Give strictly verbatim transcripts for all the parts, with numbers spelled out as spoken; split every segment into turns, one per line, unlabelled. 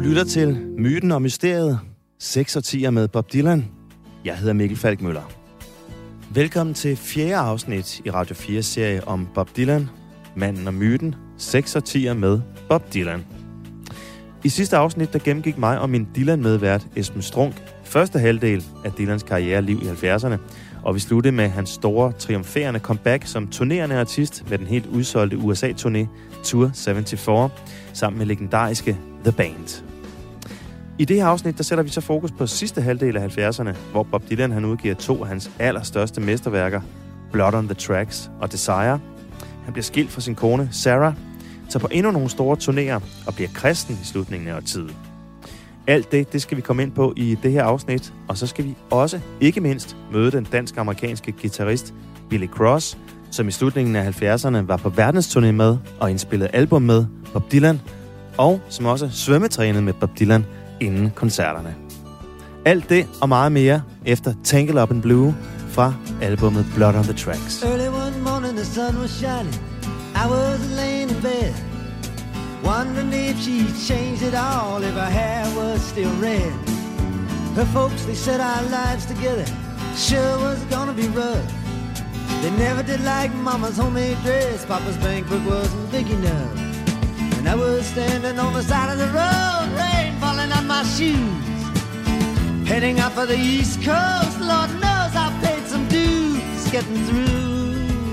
lytter til Myten og Mysteriet, seks årtier med Bob Dylan. Jeg hedder Mikkel Falkmøller. Velkommen til fjerde afsnit i Radio fire serie om Bob Dylan, manden og myten, seks årtier med Bob Dylan. I sidste afsnit, der gennemgik mig og min Dylan-medvært Esben Strunk første halvdel af Dylans karriereliv i halvfjerdserne, og vi sluttede med hans store, triumferende comeback som turnerende artist med den helt udsolgte U S A-turné Tour syvoghalvfjerds, sammen med legendariske The Band. I det her afsnit, der sætter vi så fokus på sidste halvdel af halvfjerdserne, hvor Bob Dylan han udgiver to af hans allerstørste mesterværker, Blood on the Tracks og Desire. Han bliver skilt fra sin kone, Sarah, tager på endnu nogle store turnéer og bliver kristen i slutningen af årtiet. Alt det, det skal vi komme ind på i det her afsnit, og så skal vi også, ikke mindst, møde den dansk-amerikanske guitarist Billy Cross, som i slutningen af halvfjerdserne var på verdensturné med og indspillede album med Bob Dylan, og som også svømmetrænede med Bob Dylan inden koncerterne. Alt det og meget mere efter Tangled Up in Blue fra albumet Blood on the Tracks.
Early one morning the sun was shining, I was laying in bed, wondering if she'd changed it all, if her hair was still red. Her folks, they said our lives together sure was gonna be rough. They never did like Mama's homemade dress, Papa's bank book wasn't big enough. And I was standing on the side of the road, rain falling on my shoes, heading out for the East Coast. Lord knows I paid some dues getting through,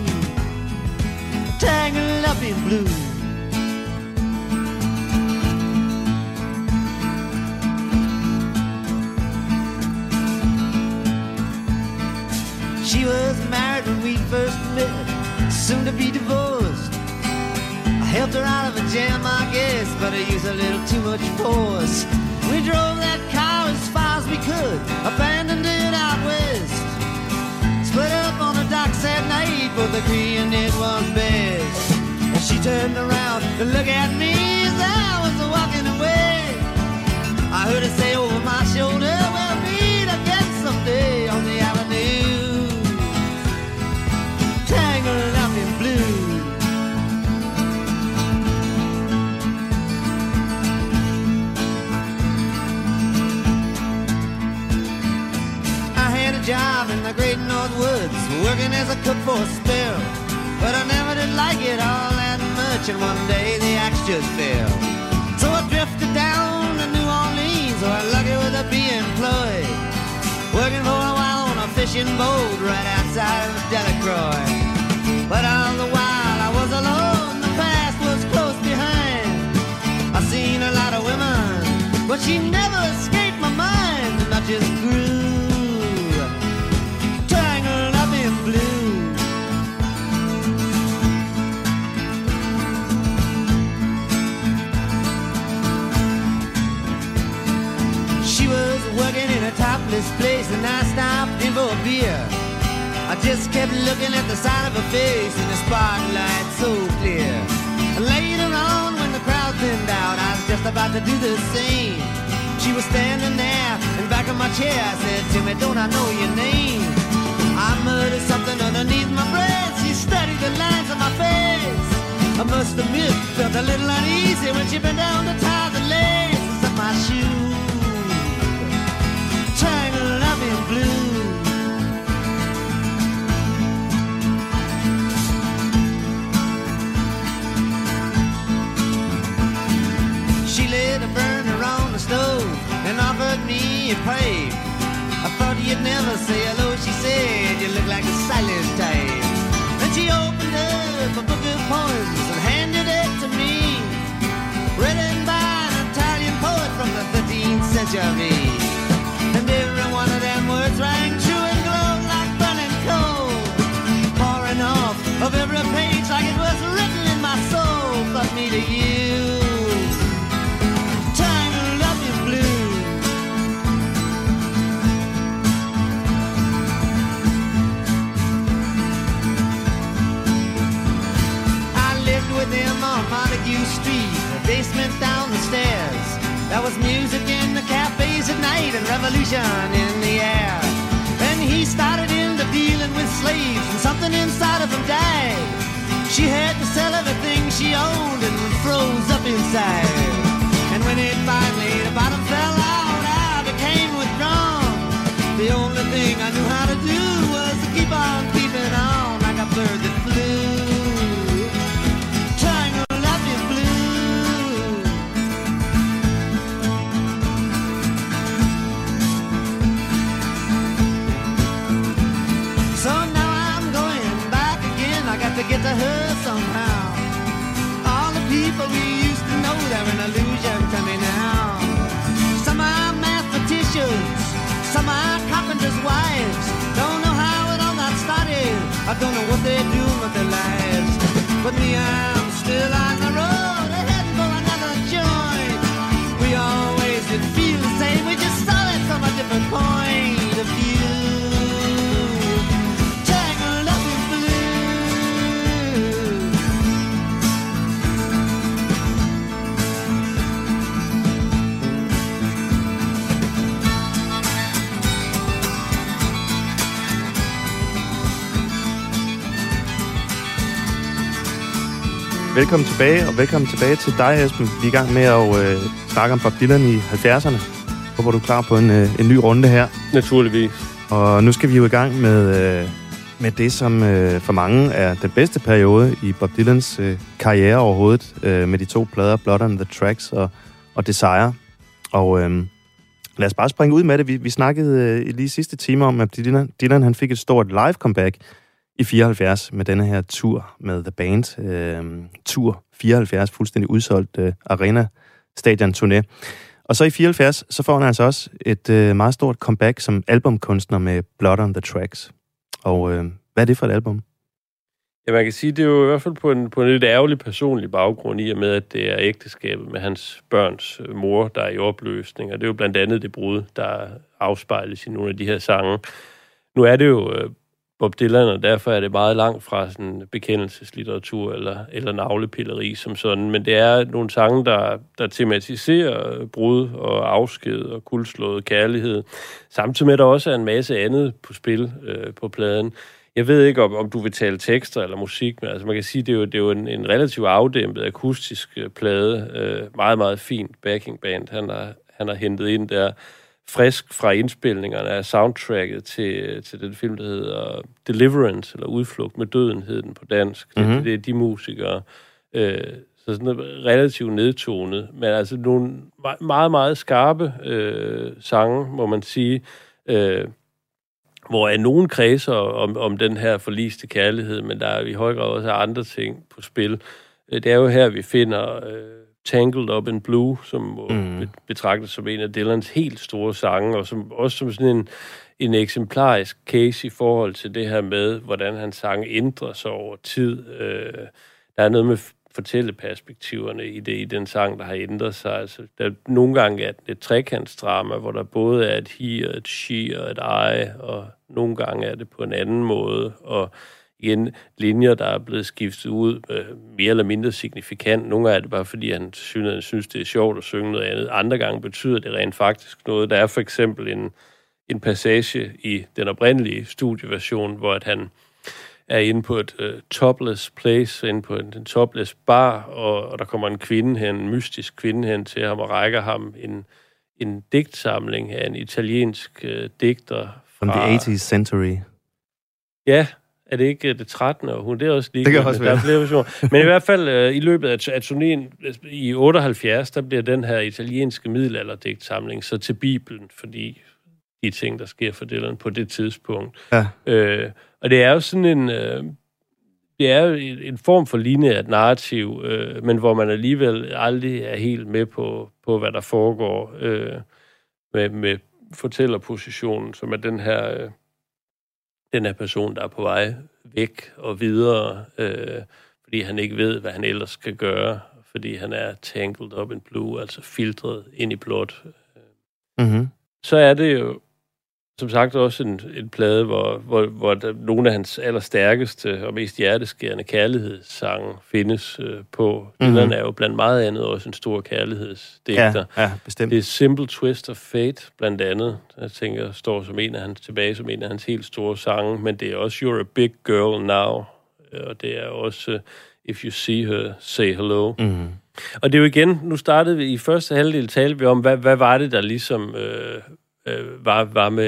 tangled up in blue. She was married when we first met, soon to be divorced. I helped her out of a jam, I guess, but I used a little too much force. We drove that car as far as we could, abandoned it out west. Split up on the docks at night, both agreeing it was best. And she turned around to look at me as I was walking away. I heard her say over my shoulder, we'll meet again someday on the avenue, tangled up in blue. I had a job in the great North Woods, working as a cook for a spell, but I never did like it all that much, and one day the axe just fell. So I drifted down to New Orleans, where I'm lucky with a be employed, working for a while on a fishing boat right outside of Delacroix. But all the while I was alone, the past was close behind. I seen a lot of women, but she never escaped my mind, and I just grew tangled up in blue. She was working in a topless place, and I stopped in for a beer. I just kept looking at the side of her face in the spotlight so clear. Later on, when the crowd thinned out, I was just about to do the same. She was standing there in back of my chair. I said, Timmy, don't I know your name? I muttered something underneath my breath. She studied the lines on my face. I must admit, felt a little uneasy when she bent down to tie the laces of my shoes, tangled up in blue. She lit a burner on the stove and offered me a pipe. I thought you'd never say hello, she said, you look like a silent type. Then she opened up a book of poems and handed it to me, written by an Italian poet from the thirteenth century. And every one of them words rang true and glowed like burning coal, pouring off of every page like it was written in my soul. From me to you, tangled up in blue. I lived with him on Montague Street, the basement down the stairs. There was music in the cafes at night and revolution in the air. Then he started into dealing with slaves, and something inside of him died. She had to sell everything she owned and froze up inside. And when it finally only thing I knew how to do was to keep on keeping on like a bird that flew. Tangled up in blue. So now I'm going back again. I got to get to her somehow. All the people we used to know, they're an illusion to me now. Some are mathematicians, some are carpenters' wives. Don't know how it all got started. I don't know what they're doing with their lives. But me, I'm still on the road, heading for another joint. We always did feel the same, we just saw it from a different point of view. Tangled up in blue.
Velkommen tilbage, og velkommen tilbage til dig, Esben. Vi er i gang med at øh, snakke om Bob Dylan i halvfjerdserne. Håber, du er klar på en, øh, en ny runde her.
Naturligvis.
Og nu skal vi jo i gang med, øh, med det, som øh, for mange er den bedste periode i Bob Dylans øh, karriere overhovedet, øh, med de to plader, Blood on the Tracks og, og Desire. Og øh, lad os bare springe ud med det. Vi, vi snakkede øh, lige sidste time om, at Dylan, Dylan han fik et stort live comeback i fireoghalvfjerds med denne her tur med The Band. Øh, tur fireoghalvfjerds, fuldstændig udsolgt øh, arena-stadion-turné. Og så i fireoghalvfjerds, så får han altså også et øh, meget stort comeback som albumkunstner med Blood on the Tracks. Og øh, hvad er det for et album?
Ja, man kan sige, det er jo i hvert fald på en, på en lidt ærgerlig personlig baggrund, i og med, at det er ægteskabet med hans børns mor, der er i opløsning. Og det er jo blandt andet det brud, der afspejles i nogle af de her sange. Nu er det jo øh, Bob Dylan, og derfor er det meget langt fra sådan bekendelseslitteratur eller, eller navlepilleri som sådan, men det er nogle sange, der, der tematiserer brud og afsked og kuldslået kærlighed, samtidig med, at der også er en masse andet på spil øh, på pladen. Jeg ved ikke, om, om du vil tale tekster eller musik, men altså man kan sige, det er jo, det er jo en, en relativt afdæmpet akustisk plade, øh, meget, meget fint backing band, han har, han har hentet ind der, frisk fra indspilningerne af soundtracket til, til den film, der hedder Deliverance, eller Udflugt med døden, hed den på dansk. Mm-hmm. Det, det er de musikere. Øh, så sådan noget relativt nedtonet, men altså nogle meget, meget skarpe øh, sange, må man sige, øh, hvor er nogen kredser om, om den her forliste kærlighed, men der er i høj grad også andre ting på spil. Det er jo her, vi finder øh, Tangled Up in Blue, som må mm. betragtes som en af Dylans helt store sange, og som også som sådan en, en eksemplarisk case i forhold til det her med, hvordan hans sange ændrer sig over tid. Øh, der er noget med fortælleperspektiverne i det i den sang, der har ændret sig. Altså, der nogle gange er det et trekantsdrama, hvor der både er et he og et she og et I, og nogle gange er det på en anden måde, og igen linjer, der er blevet skiftet ud øh, mere eller mindre signifikant. Nogle gange er det bare, fordi han synes, synes, det er sjovt at synge noget andet. Andre gange betyder det rent faktisk noget. Der er for eksempel en, en passage i den oprindelige studieversion, hvor at han er inde på et uh, topless place, inde på en, en topless bar, og, og der kommer en kvinde hen, en mystisk kvinde hen til ham og rækker ham en, en digtsamling af en italiensk uh, digter.
From the eighteenth century.
Ja, er det ikke det trettende århundrede? Det er også lige.
Det kan også være.
Der er flere versioner. Men i hvert fald uh, i løbet af, af turnéen i otteoghalvfjerds, der bliver den her italienske middelalderdigtsamling så til Bibelen, fordi de ting, der sker for Dylan på det tidspunkt. Ja. Øh, og det er jo sådan en, øh, det er jo en form for lineært narrativ, øh, men hvor man alligevel aldrig er helt med på, på hvad der foregår øh, med, med fortællerpositionen, som er den her, øh, den her person, der er på vej væk og videre, øh, fordi han ikke ved, hvad han ellers skal gøre, fordi han er tangled up in blue, altså filtret ind i blåt. Mm-hmm. Så er det jo som sagt også en, en plade, hvor, hvor, hvor der, nogle af hans allerstærkeste og mest hjerteskærende kærlighedssange findes øh, på. Mm-hmm. Dylan er jo blandt meget andet også en stor kærlighedsdigter.
Ja, ja, bestemt.
Det er Simple Twist of Fate, blandt andet. Jeg tænker, står som en af hans, tilbage som en af hans helt store sange, men det er også You're a Big Girl Now, og det er også uh, If You See Her, Say Hello. Mm-hmm. Og det er jo igen, nu startede vi i første halvdel, talte vi om, hvad, hvad var det, der ligesom øh, øh, var, var med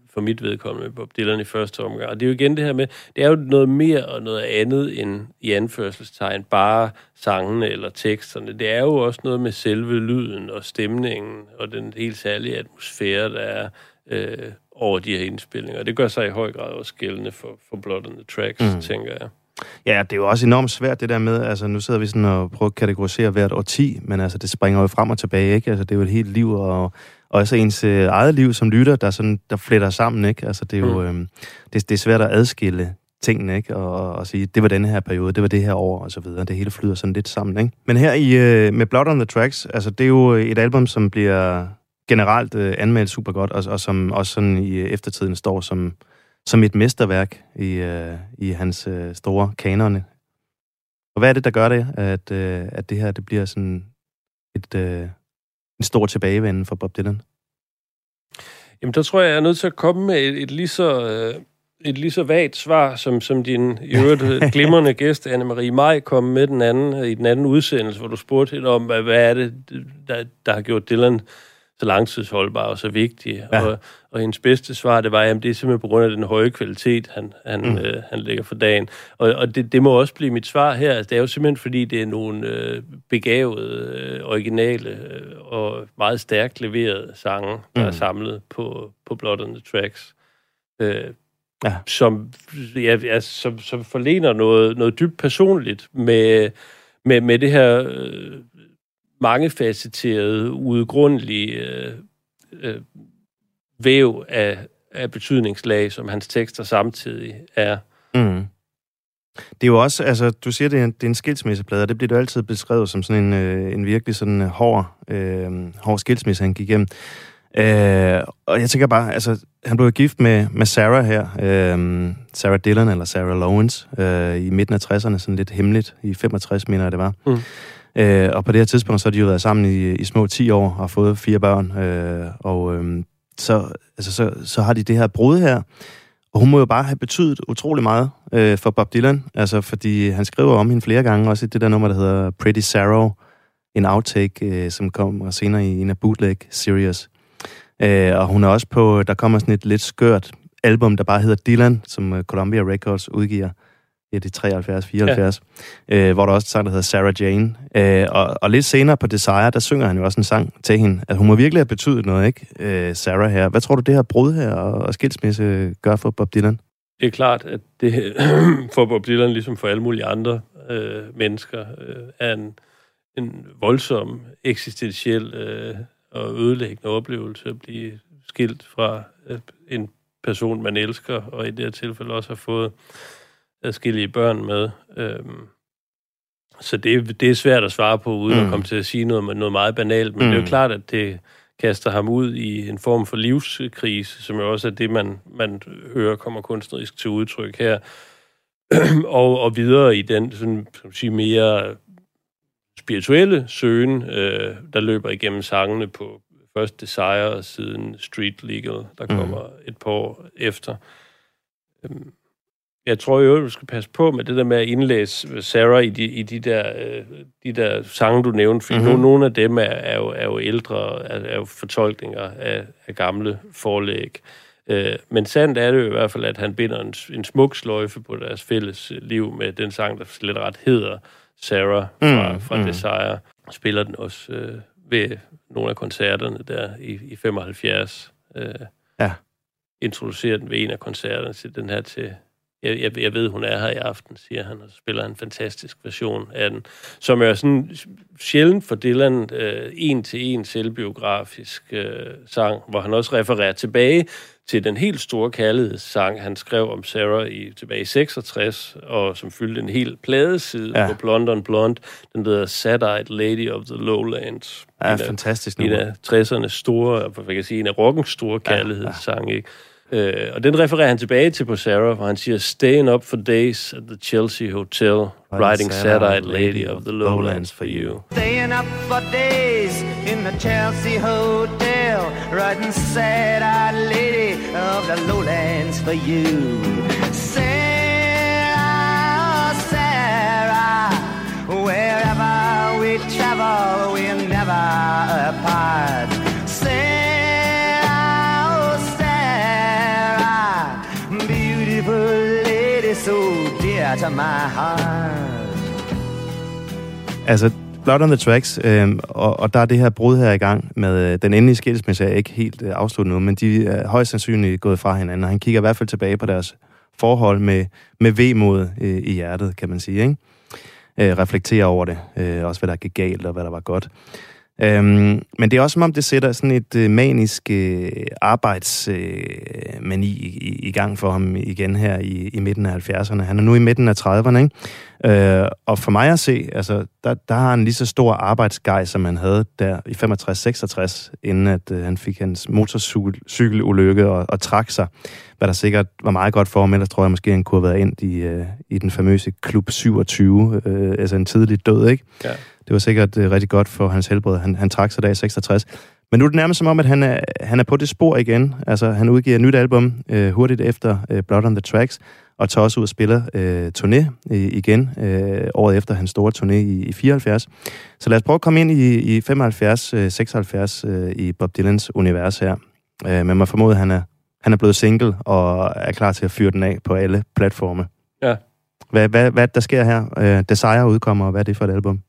for mit vedkommende med Bob Dylan i første omgang. Og det er jo igen det her med, det er jo noget mere og noget andet end i anførselstegn, bare sangene eller teksterne. Det er jo også noget med selve lyden og stemningen og den helt særlige atmosfære, der er øh, over de her indspilninger. Og det gør sig i høj grad også gældende for, for Blood on the Tracks, mm. tænker jeg.
Ja, det er jo også enormt svært det der med, altså nu sidder vi sådan og prøver at kategorisere hvert årti, men altså det springer jo frem og tilbage, ikke? Altså det er jo et helt liv, og også ens øh, eget liv som lytter, der sådan, der fletter sammen, ikke? Altså det er jo, øh, det, det er svært at adskille tingene, ikke? Og, og sige, det var denne her periode, det var det her år, og så videre. Det hele flyder sådan lidt sammen, ikke? Men her i, øh, med Blood on the Tracks, altså det er jo et album, som bliver generelt øh, anmeldt super godt, og, og som også sådan i eftertiden står som som et mesterværk i, øh, i hans øh, store kanone. Og hvad er det, der gør det, at, øh, at det her det bliver sådan et, øh, en stor tilbagevenden for Bob Dylan?
Jamen, der tror jeg, jeg er nødt til at komme med et, et lige så... Øh et lige så vagt svar, som, som din i øvrigt glimrende gæst, Anne-Marie Maj, kom med den anden, i den anden udsendelse, hvor du spurgte hende om, hvad, hvad er det, der, der har gjort Dylan så langtidsholdbar og så vigtig. Ja. Og, og hendes bedste svar, det var, at det er simpelthen på grund af den høje kvalitet, han, han, mm. øh, han lægger for dagen. Og, og det, det må også blive mit svar her. Altså, det er jo simpelthen, fordi det er nogle øh, begavede, øh, originale øh, og meget stærkt leverede sange, der mm. er samlet på, på Blood on the Tracks. Øh, Ja. Som, ja, altså, som, som forlener noget, noget dybt personligt med, med, med det her øh, mangefacetterede, udgrundelige øh, øh, væv af, af betydningslag, som hans tekster samtidig er. Mm.
Det er jo også, altså, du siger, det er en, det er en skilsmisseplade, og det bliver jo altid beskrevet som sådan en, øh, en virkelig sådan hård, øh, hård skilsmisse, han gik igennem. Øh, og jeg tænker bare, altså, han blev gift med, med Sarah her, øh, Sarah Dylan, eller Sarah Lawrence, øh, i midten af tresserne, sådan lidt hemmeligt, i femogtres, mener jeg, det var. Mm. Øh, og på det her tidspunkt, så har de jo været sammen i, i små ti år, og har fået fire børn, øh, og øh, så, altså, så, så har de det her brud her, og hun må jo bare have betydet utrolig meget øh, for Bob Dylan, altså, fordi han skriver om hende flere gange, også i det der nummer, der hedder Pretty Sorrow, en outtake, øh, som kommer senere i en af bootleg-series. Øh, og hun er også på, der kommer sådan et lidt skørt album, der bare hedder Dylan, som Columbia Records udgiver i de treoghalvfjerds fireoghalvfjerds, ja. øh, hvor der også er en sang, der hedder Sarah Jane. Øh, og, og lidt senere på Desire, der synger han jo også en sang til hende. Altså, hun må virkelig have betydet noget, ikke? Øh, Sarah her. Hvad tror du, det her brud her og, og skilsmisse gør for Bob Dylan?
Det er klart, at det for Bob Dylan, ligesom for alle mulige andre øh, mennesker, øh, er en, en voldsom, eksistentiel øh, og ødelæggende oplevelse at blive skilt fra en person, man elsker, og i det her tilfælde også har fået adskillige børn med. Så det, det er svært at svare på, uden mm. at komme til at sige noget, noget meget banalt, men mm. det er jo klart, at det kaster ham ud i en form for livskrise, som jo også er det, man, man hører kommer kunstnerisk til udtryk her, og, og videre i den sådan, som sige, mere spirituelle søgen, øh, der løber igennem sangene på først Desire og siden Street Legal, der kommer mm. et par år efter. Jeg tror jo, du skal passe på med det der med at indlæse Sarah i de, i de, der, øh, de der sange, du nævnte, for mm-hmm. nogle af dem er, er, jo, er jo ældre, er, er jo fortolkninger af, af gamle forlæg. Øh, men sandt er det jo i hvert fald, at han binder en, en smuk sløjfe på deres fælles liv med den sang, der slet ret hedder Sarah fra, mm, fra mm. Desire. Spiller den også øh, ved nogle af koncerterne der i, i femoghalvfjerds. Øh, ja. Introducerer den ved en af koncerterne til den her til... Jeg, jeg, jeg ved, hun er her i aften, siger han, og spiller en fantastisk version af den, som er sådan sjældent for Dylan øh, en til en selvbiografisk øh, sang, hvor han også refererer tilbage til den helt store kærlighedssang, han skrev om Sarah i, tilbage i seksogtres, og som fyldte en hel pladeside ja. på Blonde on Blonde. Den hedder Sad-Eyed Lady of the Lowlands.
Ja, en fantastisk
nummer. En af tressernes store, hvad kan jeg sige, en af rockens store kærlighedssang, ja, ja. ikke? Uh, og den refererer han tilbage til på Sarah, hvor han siger, staying up for days at the Chelsea Hotel, writing Sad-Eyed Lady of the Lowlands for you.
Staying up for days in the Chelsea Hotel, writing Sad-Eyed Lady of the Lowlands for you. Sarah, Sarah, wherever we travel, we're never apart. Sarah, of my heart.
Altså, Blood on the Tracks, øh, og, og der er det her brud her i gang med øh, den endelige skilsmisse er ikke helt øh, afsluttet nu, men de er højst sandsynligt gået fra hinanden, og han kigger i hvert fald tilbage på deres forhold med, med vemod øh, i hjertet, kan man sige, ikke? Øh, reflekterer over det, øh, også hvad der gik galt og hvad der var godt. Øhm, men det er også som om, det sætter sådan et øh, manisk øh, arbejdsmani øh, i, i gang for ham igen her i, i midten af halvfjerdserne. Han er nu i midten af trediverne, ikke? Øh, og for mig at se, altså, der, der har han lige så stor arbejdsgej, som han havde der i femogtres seksogtres, inden at øh, han fik hans motorcykelulykke og, og trak sig, hvad der sikkert var meget godt for ham, ellers tror jeg måske, han kunne have været ind i, øh, i den famøse klub syvogtyve, øh, altså en tidlig død, ikke? Ja. Det var sikkert uh, rigtig godt for hans helbred. Han, han trak sig der i seksogtres. Men nu er det nærmest som om, at han er, han er på det spor igen. Altså, han udgiver et nyt album uh, hurtigt efter uh, Blood on the Tracks, og tager også ud og spiller uh, turné uh, igen, uh, året efter hans store turné i, i fireoghalvfjerds. Så lad os prøve at komme ind i, i femoghalvfjerds seksoghalvfjerds uh, i Bob Dylans univers her. Uh, men man formoder, at han er, han er blevet single og er klar til at fyre den af på alle platforme.
Ja.
Hvad, hvad, hvad der sker her? Uh, Desire udkommer, og hvad er det for et album?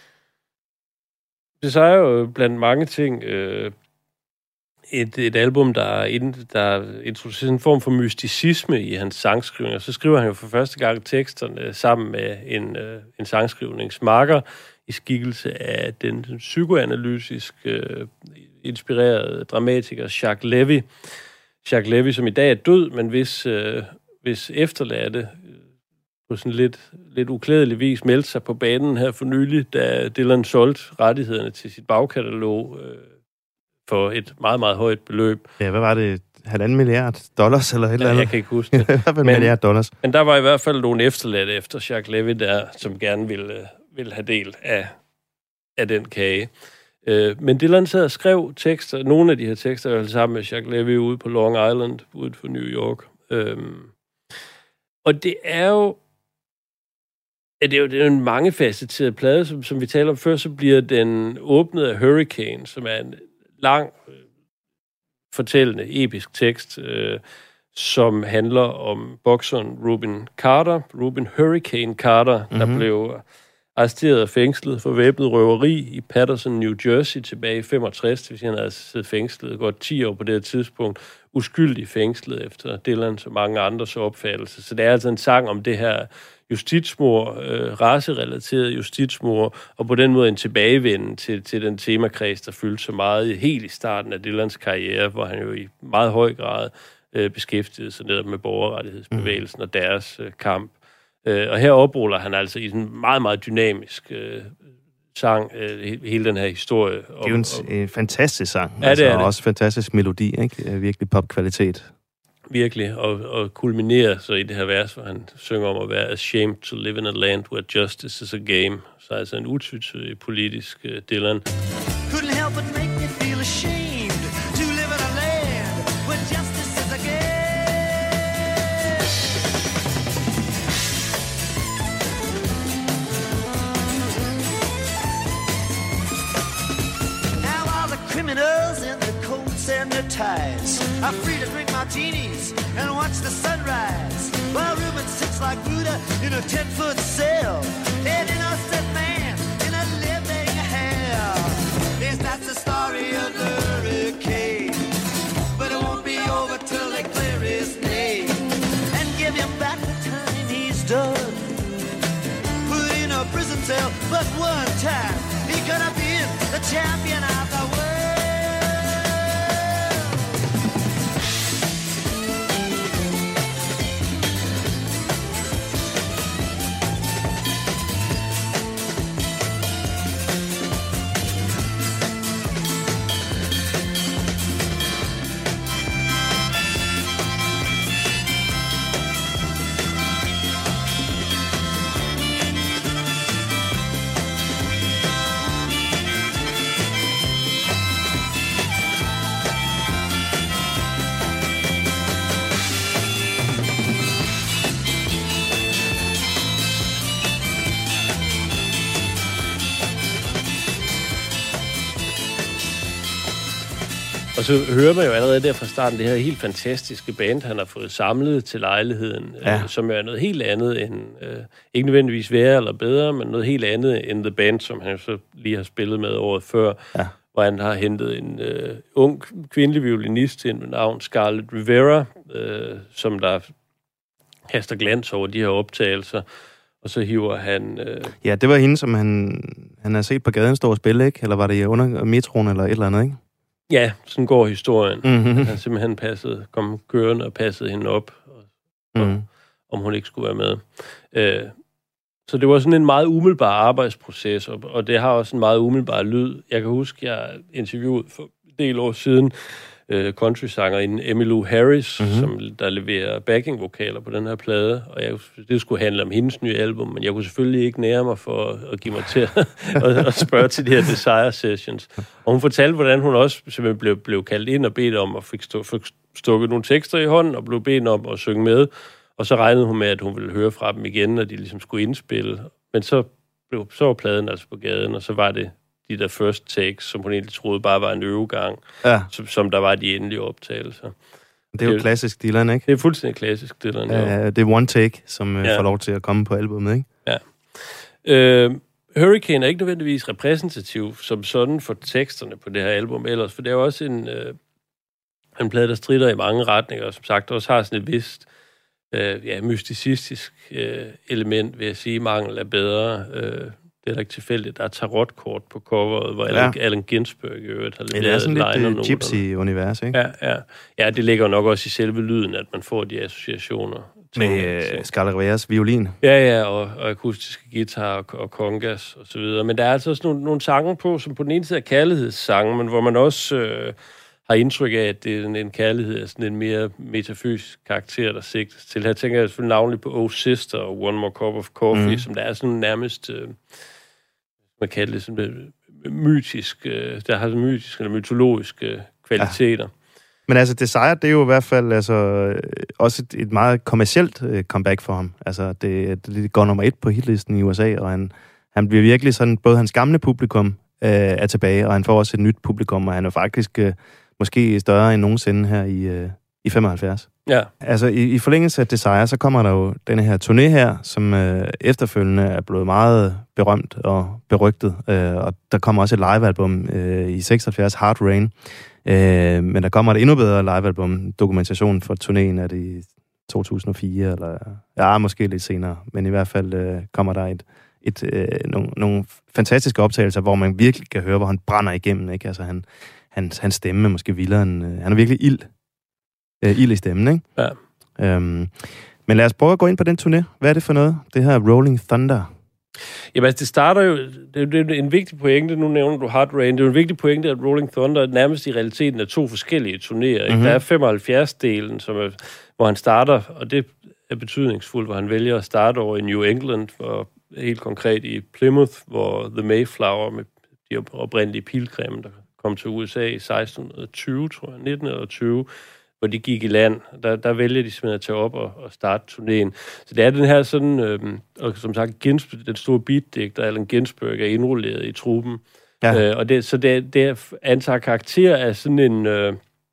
Det er jo blandt mange ting øh, et, et album, der, ind, der introducerer en form for mysticisme i hans sangskrivning. Og så skriver han jo for første gang teksterne sammen med en, øh, en sangskrivningsmarker i skikkelse af den psykoanalytisk øh, inspirerede dramatiker Jacques Levy. Jacques Levy, som i dag er død, men hvis, øh, hvis efterladte på sådan lidt, lidt uklædelig vis meldte sig på banen her for nylig, da Dylan solgte rettighederne til sit bagkatalog øh, for et meget, meget højt beløb.
Ja, hvad var det? Halvanden milliard dollars eller et
ja,
eller andet?
Jeg kan ikke huske det.
men, milliard dollars.
Men der var i hvert fald nogle efterladte efter Jacques Levy der, som gerne ville, ville have del af, af den kage. Øh, men Dylan sad og skrev tekster. Nogle af de her tekster var sammen med Jacques Levy ude på Long Island, ude for New York. Øh, og det er jo Ja, det er jo, det er jo en mangefacetteret plade, som, som vi taler om før, så bliver den åbnet af Hurricane, som er en lang, øh, fortællende, episk tekst, øh, som handler om bokseren Rubin Carter, Rubin Hurricane Carter, mm-hmm. der blev arresteret og fængslet for væbnet røveri i Paterson, New Jersey, tilbage i femogtres, det vil sige, han havde siddet fængslet godt ti år på det her tidspunkt, uskyldig fængslet efter Dylan og mange andres opfattelse. Så det er altså en sang om det her justitsmord, øh, racerelateret justitsmord, og på den måde en tilbagevenden til, til den temakreds, der fyldte så meget helt i starten af Dylans karriere, hvor han jo i meget høj grad øh, beskæftigede sig netop med borgerrettighedsbevægelsen mm. og deres øh, kamp. Øh, og her opruller han altså i en meget, meget dynamisk øh, sang øh, hele den her historie.
Det er jo en, om, en fantastisk sang,
ja,
altså,
det er det.
Og også fantastisk melodi, ikke? Virkelig popkvalitet.
Virkelig, og, og kulminerer så i det her vers, hvor han synger om at være ashamed to live in a land where justice is a game. Så altså en utvetydig politisk uh, Dylan.
Couldn't help but make me feel ashamed to live in a land where justice is a game. Now all the criminals in the coats and their ties are free to drink martinis and watch the sunrise, while Reuben sits like Buddha in a ten-foot cell, an innocent man in a living hell. Yes, that's the story of the hurricane, but it won't be over till they clear his name and give him back the time he's done. Put in a prison cell, but one time he could have been the champion of the world.
Og så hører man jo allerede der fra starten det her helt fantastiske band, han har fået samlet til lejligheden, ja. øh, som er noget helt andet end, øh, ikke nødvendigvis værre eller bedre, men noget helt andet end The Band, som han så lige har spillet med året før, ja. Hvor han har hentet en øh, ung kvindelig violinist til en navn, Scarlett Rivera, øh, som der kaster glans over de her optagelser. Og så hiver han... Øh...
Ja, det var hende, som han, han har set på gaden stå og spille, ikke? Eller var det under metroen eller et eller andet, ikke?
Ja, sådan går historien.
Mm-hmm.
Han simpelthen passede, kom kørende og passede hende op, og, mm-hmm. og, om hun ikke skulle være med. Øh, så det var sådan en meget umiddelbar arbejdsproces, og, og det har også en meget umiddelbar lyd. Jeg kan huske, jeg interviewede for en del år siden øh, country-sangerinden Emmylou Harris, mm-hmm. som der leverer backing-vokaler på den her plade, og jeg, det skulle handle om hendes nye album, men jeg kunne selvfølgelig ikke nære mig for at, at give mig til at, at, at spørge til de her Desire Sessions. Og hun fortalte, hvordan hun også simpelthen blev, blev kaldt ind og bedt om, og fik, stå, fik stukket nogle tekster i hånden, og blev bedt om at synge med, og så regnede hun med, at hun ville høre fra dem igen, når de ligesom skulle indspille. Men så, blev, så var pladen altså på gaden, og så var det de der first takes, som hun egentlig troede bare var en øvegang, ja. som, som der var de endelige optagelser.
Det er jo det, klassisk Dylan, ikke?
Det er fuldstændig klassisk Dylan,
ja. Ja, det er one take, som ja. får lov til at komme på albumet, ikke?
Ja. Øh, Hurricane er ikke nødvendigvis repræsentativ som sådan for teksterne på det her album ellers, for det er jo også en, øh, en plade, der strider i mange retninger, og som sagt også har sådan et vist øh, ja, mysticistisk øh, element, vil jeg sige. Mangel er bedre. Øh, det er ikke tilfældigt. Der er tarotkort på coveret, hvor ja. Allen Ginsberg i øvrigt har leveret.
Det er sådan lidt uh, gypsy-univers, ikke?
Ja, ja. Ja, det ligger nok også i selve lyden, at man får de associationer.
Med uh, Scarlett Riveras violin.
Ja, ja, og, og akustiske guitar og, og congas og så videre. Men der er altså også nogle, nogle sange på, som på den ene side er kærlighedssange, men hvor man også øh, har indtryk af, at det er en, en kærlighed af sådan en mere metafysisk karakter, der sigtes til. Her tænker jeg selvfølgelig navnlig på Oh Sister og One More Cup of Coffee, mm. som der er sådan nærmest... Øh, man kalder det sådan mytisk, der har sådan mytiske eller mytologiske kvaliteter. Ja.
Men altså, Desire, det er jo i hvert fald altså, også et, et meget kommercielt comeback for ham. Altså, det, det går nummer et på hitlisten i U S A, og han, han bliver virkelig sådan, både hans gamle publikum øh, er tilbage, og han får også et nyt publikum, og han er faktisk øh, måske større end nogensinde her i, øh, i femoghalvfjerds.
Ja.
Altså, i, i forlængelse af Desire, så kommer der jo denne her turné her, som øh, efterfølgende er blevet meget berømt og berygtet. Øh, og der kommer også et livealbum øh, i seksoghalvfjerds, Hard Rain. Øh, men der kommer et endnu bedre livealbum, dokumentation for turnéen, er det i to tusind og fire, eller ja, måske lidt senere. Men i hvert fald øh, kommer der et, et, øh, nogle, nogle fantastiske optagelser, hvor man virkelig kan høre, hvor han brænder igennem. Ikke? Altså, han, hans, hans stemme er måske vildere end... Øh, han er virkelig ild. Øh, ild i stemmen, ikke?
Ja.
Øhm, men lad os prøve at gå ind på den turné. Hvad er det for noget? Det her Rolling Thunder.
Jamen altså, det starter jo... Det er en vigtig pointe, nu nævner du Hard Rain. Det er jo en vigtig pointe, at Rolling Thunder nærmest i realiteten er to forskellige turnéer. Mm-hmm. Der er femoghalvfjerds-delen, som er, hvor han starter, og det er betydningsfuldt, hvor han vælger at starte over i New England, og helt konkret i Plymouth, hvor The Mayflower med de oprindelige pilgrimme, der kom til U S A i seksten tyve, tror jeg, nitten tyve, hvor de gik i land. Der, der vælger de simpelthen at tage op og, og starte turnéen. Så det er den her sådan, øh, og som sagt, Ginsberg, den store beatdigter, Allen Ginsberg, er indrulleret i truppen. Ja. Øh, og det, så det, det antager karakter af sådan en, øh,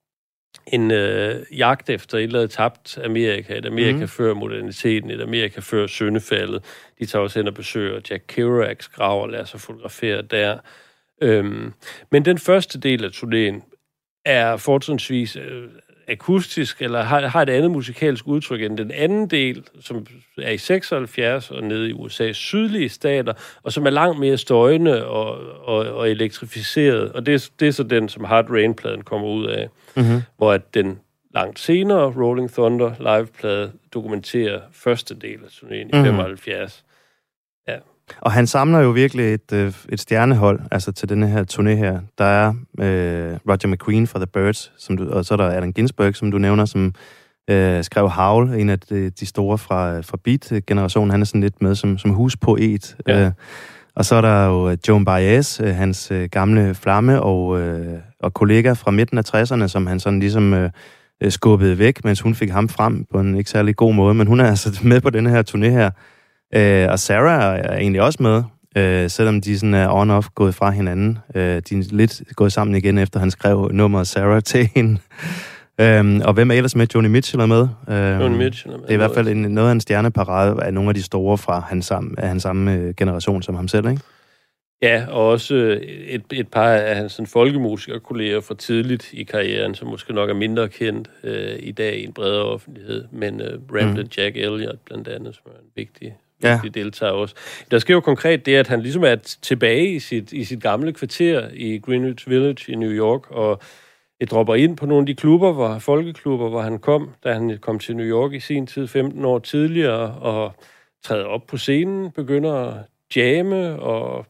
en øh, jagt efter et eller andet tabt Amerika, et Amerika mm. før moderniteten, et Amerika før syndefaldet. De tager også hen og besøger Jack Kerouacs grav og lader sig fotografere der. Øhm, men den første del af turnéen er fortrinsvis øh, akustisk, eller har, har et andet musikalsk udtryk end den anden del, som er i seksoghalvfjerds og nede i U S A's sydlige stater, og som er langt mere støjende og, og, og elektrificeret. Og det, det er så den, som Hard Rain-pladen kommer ud af, mm-hmm. hvor at den langt senere Rolling Thunder live-plade dokumenterer første del af turnéen i mm-hmm. femoghalvfjerds. Ja.
Og han samler jo virkelig et, et stjernehold, altså til denne her turné her. Der er øh, Roger McGuinn fra The Byrds, som du, og så er der Allen Ginsberg, som du nævner, som øh, skrev Howl, en af de, de store fra, fra Beat-generationen. Han er sådan lidt med som, som huspoet. Ja. Øh, og så er der jo Joan Baez, øh, hans øh, gamle flamme, og, øh, og kollega fra midten af tresserne, som han sådan ligesom øh, skubbede væk, mens hun fik ham frem på en ikke særlig god måde. Men hun er altså med på denne her turné her. Øh, og Sarah er egentlig også med. Øh, selvom de sådan er on-off gået fra hinanden. Øh, de er lidt gået sammen igen, efter han skrev nummeret Sarah til hende. Øhm, og hvem er ellers med? Joni Mitchell er med. Øhm,
Joni Mitchell er med.
Det er i hvert fald en, noget af en stjerneparade af nogle af de store fra hans, af hans samme generation som ham selv, ikke?
Ja, og også et, et par af hans folkemusikerkolleger fra tidligt i karrieren, som måske nok er mindre kendt øh, i dag i en bredere offentlighed, men øh, Ramblin' mm. Jack Elliott blandt andet, som er en vigtig,
ja.
vigtig deltager også. Der sker jo konkret det, at han ligesom er tilbage i sit, i sit gamle kvarter i Greenwich Village i New York, og jeg dropper ind på nogle af de klubber, hvor, folkeklubber, hvor han kom, da han kom til New York i sin tid, femten år tidligere, og træder op på scenen, begynder at jamme, og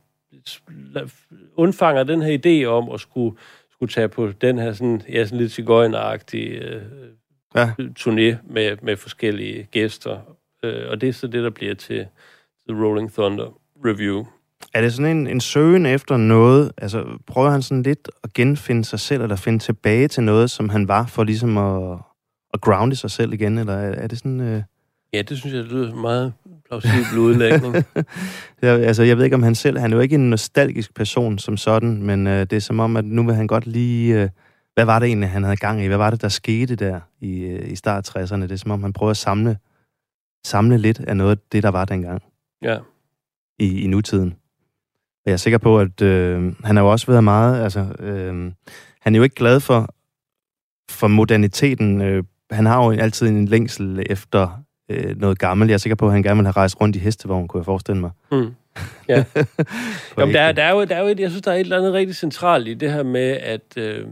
undfanger den her idé om at skulle, skulle tage på den her sådan, ja, sådan lidt sigøjneragtige øh, ja. turné med, med forskellige gæster. Øh, og det er så det, der bliver til The Rolling Thunder Review.
Er det sådan en, en søgen efter noget? Altså, prøver han sådan lidt at genfinde sig selv, eller finde tilbage til noget, som han var, for ligesom at, at grounde sig selv igen? Eller er, er det sådan... Øh...
Ja, det synes jeg, det lyder meget plausibel udlægning.
jeg, altså, jeg ved ikke, om han selv... Han er jo ikke en nostalgisk person som sådan, men øh, det er som om, at nu vil han godt lige... Øh, hvad var det egentlig, han havde gang i? Hvad var det, der skete der i, øh, i start tresserne? Det er som om, han prøver at samle, samle lidt af noget af det, der var dengang.
Ja.
I, i nutiden. Jeg er sikker på, at øh, han har jo også været meget... Altså, øh, han er jo ikke glad for, for moderniteten. Øh, han har jo altid en længsel efter øh, noget gammelt. Jeg er sikker på, at han gerne vil have rejst rundt i hestevogn, kunne jeg forestille mig.
Mm. Ja. Jamen, der, der, er jo, der er jo et, jeg synes, der er et eller andet rigtig centralt i det her med, at, øh,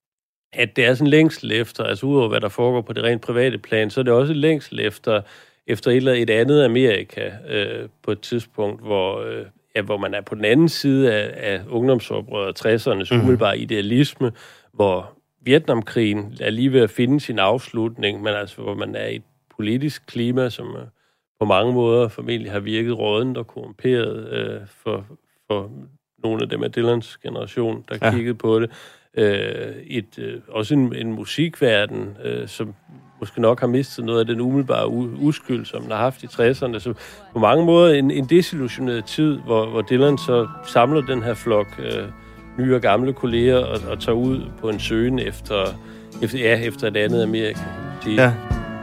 at det er sådan en længsel efter, altså udover hvad der foregår på det rent private plan, så er det også en længsel efter, efter et eller et andet Amerika øh, på et tidspunkt, hvor... Øh, Ja, hvor man er på den anden side af, af ungdomsoprøret og tressernes mm. umiddelbare idealisme, hvor Vietnamkrigen er lige ved at finde sin afslutning, men altså hvor man er i et politisk klima, som uh, på mange måder formentlig har virket rådent og korrumperet uh, for, for nogle af dem af Dylans generation, der ja. kiggede på det. Uh, et, uh, også en, en musikverden, uh, som måske nok har mistet noget af den umiddelbare u- uskyld, som den har haft i tresserne. Så på mange måder en, en desillusioneret tid, hvor, hvor Dylan så samler den her flok øh, nye og gamle kolleger og, og tager ud på en søgen efter, efter, ja, efter et andet Amerika.
Ja.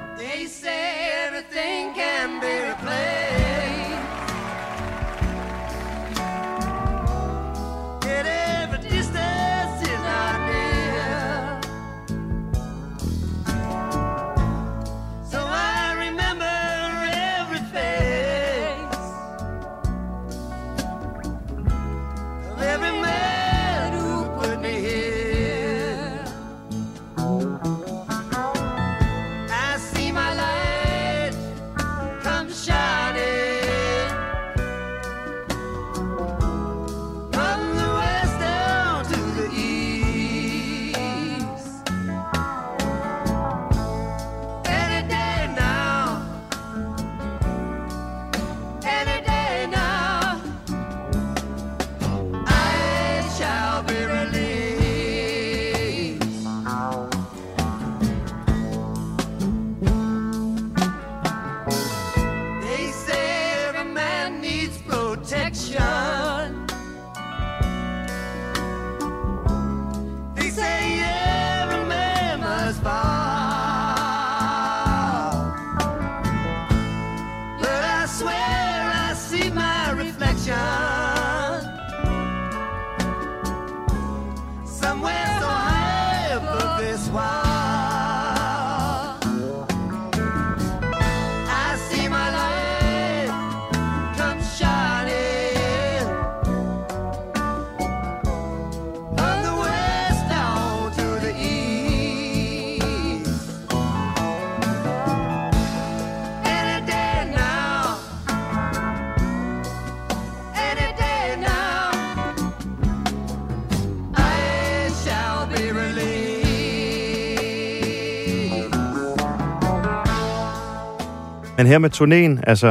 Men her med turnéen, altså,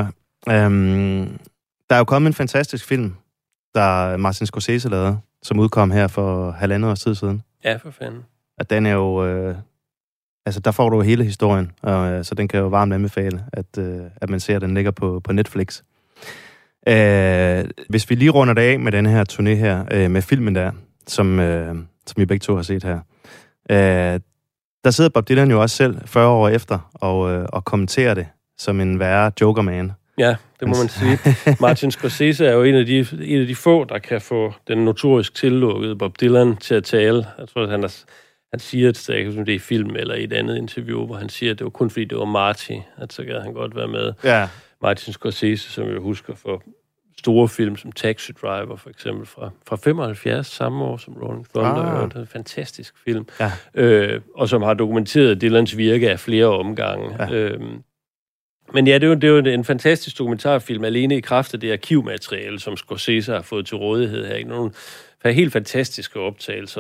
øhm, der er jo kommet en fantastisk film, der Martin Scorsese lavede, som udkom her for halvandet års tid siden.
Ja, for fanden.
Og den er jo, øh, altså der får du jo hele historien, og, øh, så den kan jo varmt anbefale, at, øh, at man ser, at den ligger på, på Netflix. Øh, hvis vi lige runder det af med den her turné her, øh, med filmen der, som, øh, som vi begge to har set her. Øh, der sidder Bob Dylan jo også selv fyrre år efter og, øh, og kommenterer det som en værre jokerman.
Ja, det må man sige. Martin Scorsese er jo en af, de, en af de få, der kan få den notorisk tillukkede Bob Dylan til at tale. Jeg tror, at han, er, han siger et sted, som det er i film eller i et andet interview, hvor han siger, at det var kun fordi det var Marty, at så gad han godt være med.
Ja.
Martin Scorsese, som jeg husker for store film som Taxi Driver, for eksempel, fra, fra femoghalvfjerds, samme år som Rolling Thunder. Ah. Det er en fantastisk film. Ja. Øh, og som har dokumenteret Dylans virke af flere omgange. Ja. Øh, Men ja, det er, jo, det er jo en fantastisk dokumentarfilm, alene i kraft af det arkivmateriale, som Scorsese har fået til rådighed her. Ikke? Nogle helt fantastiske optagelser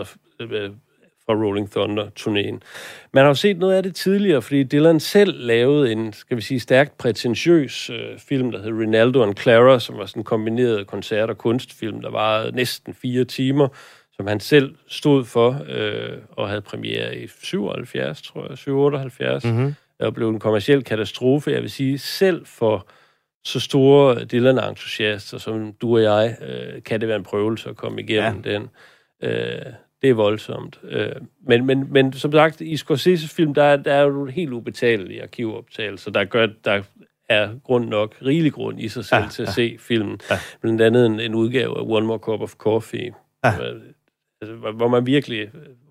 fra Rolling Thunder-turnéen. Man har jo set noget af det tidligere, fordi Dylan selv lavede en, skal vi sige, stærkt prætentiøs øh, film, der hed Rinaldo and Clara, som var sådan en kombineret koncert- og kunstfilm, der var næsten fire timer, som han selv stod for, øh, og havde premiere i syvoghalvfjerds, tror jeg, syv otteoghalvfjerds. Mm-hmm. Og blev en kommerciel katastrofe. Jeg vil sige, selv for så store Dylan-entusiaster, som du og jeg, øh, kan det være en prøvelse at komme igennem ja. den. Øh, det er voldsomt. Øh, men, men, men som sagt, i Scorsese-film, der, der er jo helt ubetalelige arkivoptagelser, der gør, der er grund nok, rigelig grund i sig selv ja, til at ja. se filmen. Ja. Blandt andet en, en udgave af One More Cup of Coffee, ja. hvor, hvor man virkelig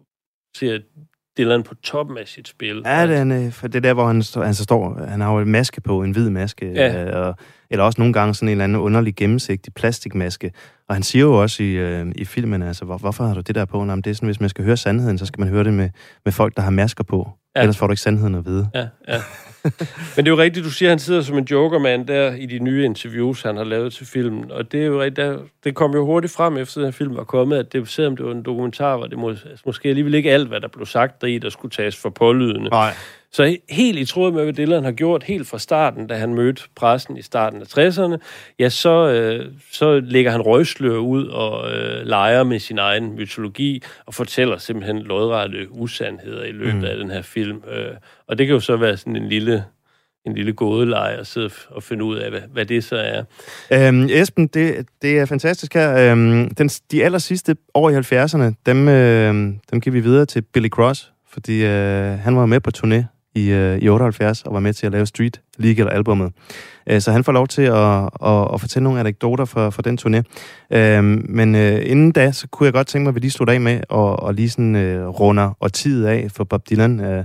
ser Dylan på toppen af sit spil.
Ja, det er, for det er der, hvor han, han så står, han har jo en maske på, en hvid maske, ja. øh, og, eller også nogle gange sådan en eller anden underlig gennemsigtig plastikmaske. Og han siger jo også i, øh, i filmen, altså, hvor, hvorfor har du det der på? Nå, det er sådan, hvis man skal høre sandheden, så skal man høre det med, med folk, der har masker på. Ja. Ellers får du ikke sandheden at vide.
Ja, ja. Men det er jo rigtigt, du siger, at han sidder som en jokerman der i de nye interviews, han har lavet til filmen. Og det er jo rigtigt, der, det kom jo hurtigt frem, efter den film var kommet, at det, selvom det var en dokumentar, var det mås, måske alligevel ikke alt, hvad der blev sagt deri, der skulle tages for pålydende. Nej. Så helt i tråd med, hvad Dylan har gjort helt fra starten, da han mødte pressen i starten af tresserne, ja, så, øh, så lægger han røgslør ud og øh, leger med sin egen mytologi og fortæller simpelthen lodrette usandheder i løbet mm. af den her film. Øh, og det kan jo så være sådan en lille, en lille gådeleje at sidde og finde ud af, hvad, hvad det så er.
Øhm, Esben, det, det er fantastisk her. Øhm, den, de aller sidste år i halvfjerdserne, dem, øh, dem giver vi videre til Billy Cross, fordi øh, han var med på turné i, øh, i otteoghalvfjerds og var med til at lave Street Legal-albummet. Øh, så han får lov til at, at, at fortælle nogle anekdoter fra, fra den turné. Øh, men øh, inden da, så kunne jeg godt tænke mig, at vi lige slutte af med og, og lige sådan øh, runder og tid af for Bob Dylan. Øh,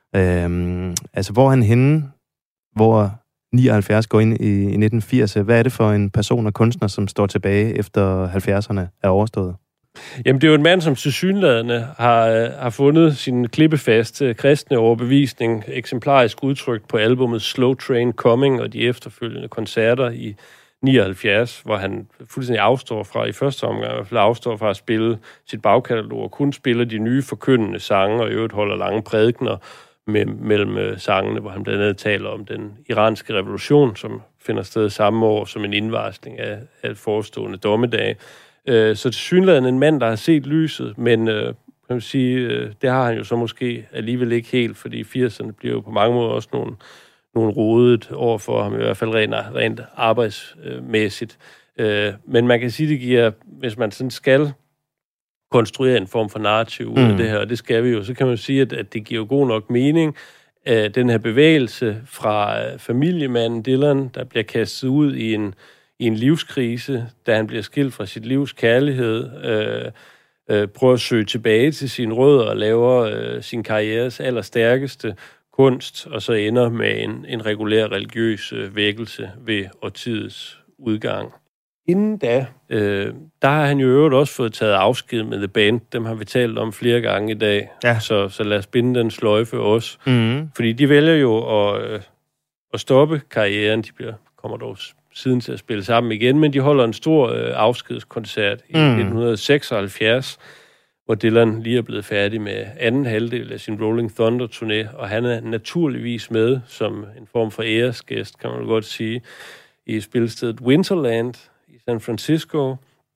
øh, altså, hvor er han henne, hvor nioghalvfjerds går ind i, i nitten firs? Hvad er det for en person og kunstner, som står tilbage efter halvfjerdserne er overstået?
Jamen, det er jo en mand, som tilsyneladende har, har fundet sin klippefaste kristne overbevisning eksemplarisk udtrykt på albumet Slow Train Coming og de efterfølgende koncerter i nioghalvfjerds, hvor han fuldstændig afstår fra, i første omgang i hvert fald afstår fra at spille sit bagkatalog og kun spiller de nye forkyndende sange og i øvrigt holder lange prædikener med, mellem sangene, hvor han blandt andet taler om den iranske revolution, som finder sted samme år som en indvarsling af, af forestående dommedag. Så tilsyneladende en mand, der har set lyset, men øh, kan man sige, øh, det har han jo så måske alligevel ikke helt, fordi firserne bliver jo på mange måder også nogle, nogle rodet over for ham, i hvert fald rent, rent arbejdsmæssigt. Øh, men man kan sige, det giver, hvis man sådan skal konstruere en form for narrativ ud af mm. det her, og det skal vi jo, så kan man jo sige, at, at det giver jo god nok mening, at den her bevægelse fra familiemanden Dylan, der bliver kastet ud i en i en livskrise, da han bliver skilt fra sit livs kærlighed, øh, øh, prøver at søge tilbage til sine rødder og laver øh, sin karrieres allerstærkeste kunst, og så ender med en, en regulær religiøs øh, vækkelse ved årtidets udgang. Inden da, øh, der har han jo øvrigt også fået taget afsked med The Band. Dem har vi talt om flere gange i dag, ja. så, så lad os binde den sløjfe også. Mm. Fordi de vælger jo at, øh, at stoppe karrieren. De bliver, kommer dog siden til at spille sammen igen, men de holder en stor øh, afskedskoncert i mm. nitten seksoghalvfjerds, hvor Dylan lige er blevet færdig med anden halvdel af sin Rolling Thunder-turné, og han er naturligvis med som en form for æresgæst, kan man godt sige, i spilstedet Winterland i San Francisco.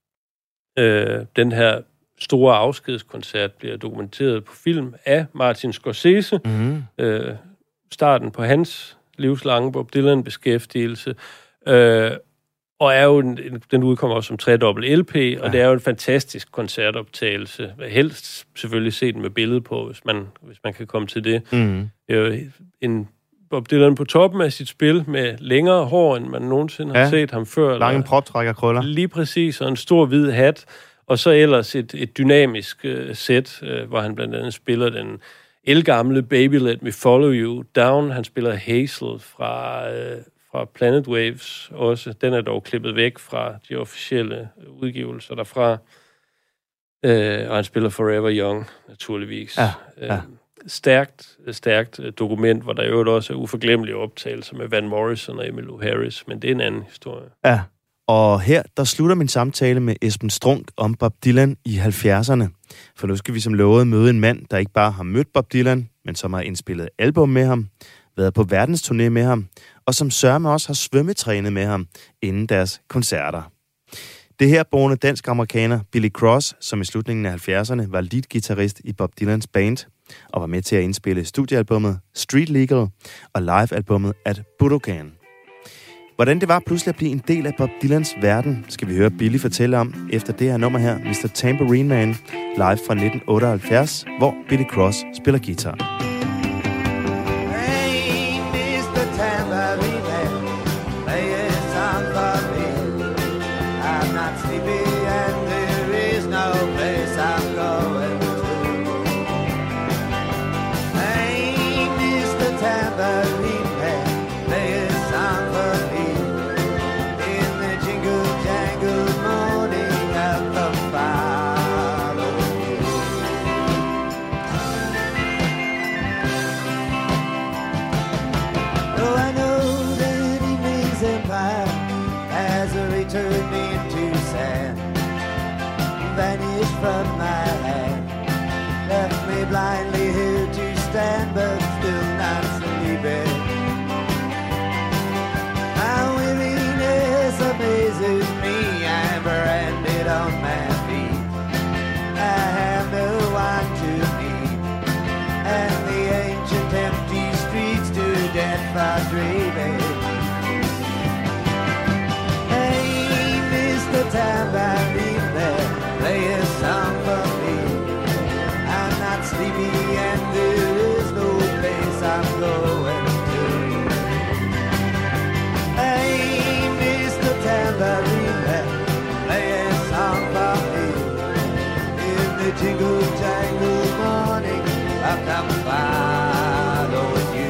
Øh, den her store afskedskoncert bliver dokumenteret på film af Martin Scorsese. Mm. Øh, starten på hans livslange Bob Dylan-beskæftigelse. Øh, Og er jo en, den udkommer også som tre-dobbelt L P, ja. Og det er jo en fantastisk koncertoptagelse. Helst selvfølgelig se den med billede på, hvis man, hvis man kan komme til det. Mm. Det er jo en Bob Dylan på toppen af sit spil, med længere hår, end man nogensinde har ja. set ham før.
Lange proptrækker krøller.
Lige præcis, og en stor hvid hat. Og så ellers et, et dynamisk uh, sæt, uh, hvor han blandt andet spiller den elgamle Baby Let Me Follow You Down. Han spiller Hazel fra... Uh, fra Planet Waves også. Den er dog klippet væk fra de officielle udgivelser derfra. Øh, og han spiller Forever Young, naturligvis.
Ja, ja.
Øh, stærkt, stærkt dokument, hvor der jo også er uforglemmelige optagelser med Van Morrison og Emmylou Harris, men det er en anden historie.
Ja, og her der slutter min samtale med Esben Strunk om Bob Dylan i halvfjerdserne. For nu skal vi som lovet møde en mand, der ikke bare har mødt Bob Dylan, men som har indspillet album med ham, været på verdensturné med ham, og som sørme også har svømmetrænet med ham inden deres koncerter. Det her boende dansk-amerikaner Billy Cross, som i slutningen af halvfjerdserne var lead-gitarrist i Bob Dylans band, og var med til at indspille studiealbummet Street Legal og live-albummet At Budokan. Hvordan det var pludselig at blive en del af Bob Dylans verden, skal vi høre Billy fortælle om efter det her nummer her, mister Tambourine Man, live fra nitten otteoghalvfjerds, hvor Billy Cross spiller guitar.
From my hand, left me blindly here to stand, but still not sleeping. My weariness amazes me. I'm branded on my feet. I have no one to meet, and the ancient empty streets to death for dreaming. Hey, Mister Tambourine Man, play a song for me. I'm not sleepy and there is no place I'm going to. Hey, Mister Tambourine Man, play a song for me. In the jingle jangle morning, I'll come follow you.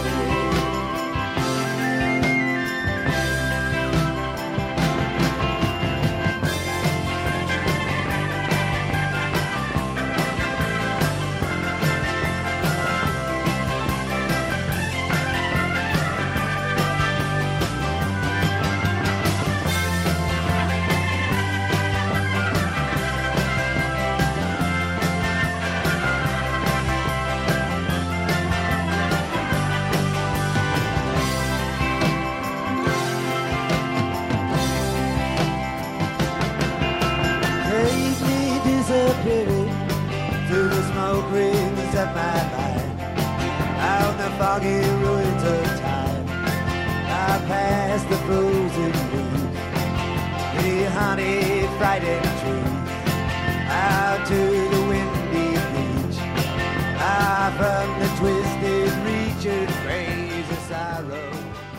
Foggy ruins of time, I passed the frozen leaves, the honey frightened trees, out to the windy beach, out from the twisted reach of crazy sorrow.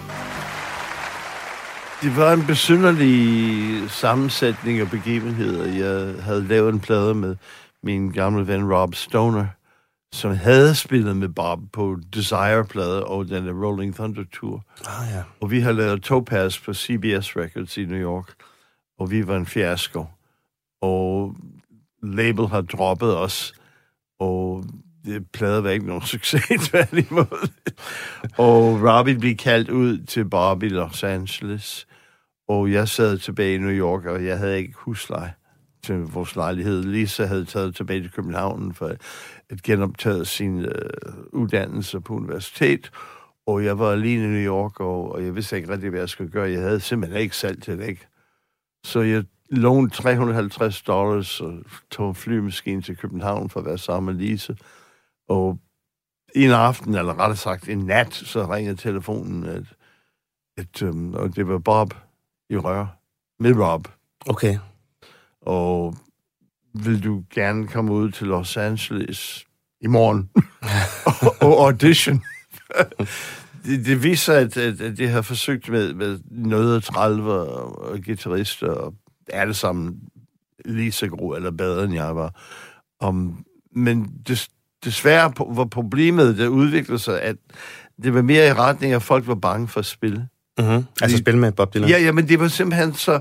Det var en besynderlig sammensætning af begivenheder. Jeg havde lavet en plade med min gamle ven Rob Stoner, som havde spillet med Bob på Desire-plade og den Rolling Thunder Tour.
Ah, ja.
Og vi har lavet Topaz på C B S Records i New York, og vi var en fiasko. Og label har droppet os, og det plade var ikke nogen succes tværtimod. Og Robbie blev kaldt ud til Bob i Los Angeles, og jeg sad tilbage i New York, og jeg havde ikke husleje til vores lejlighed. Lisa havde taget tilbage til København for at genoptage sin øh, uddannelse på universitet, og jeg var alene i New York, og, og jeg vidste ikke rigtig, hvad jeg skulle gøre. Jeg havde simpelthen ikke salg til det, ikke? Så jeg lånte tre hundrede og halvtreds dollars og tog en flymaskine til København for at være sammen med Lise. Og en aften, eller rettere sagt en nat, så ringede telefonen, at, at, um, og det var Bob, i Rør med Rob.
Okay.
Og vil du gerne komme ud til Los Angeles i morgen og, og audition? det, det viser, at, at, at de har forsøgt med, med noget trælver og, og guitarister, og alle sammen lige så gode eller bedre, end jeg var. Um, men des, desværre var problemet, der udviklede sig, at det var mere i retning, at folk var bange for at spille.
Mm-hmm. Altså spille med Bob Dylan?
Ja, ja, men det var simpelthen så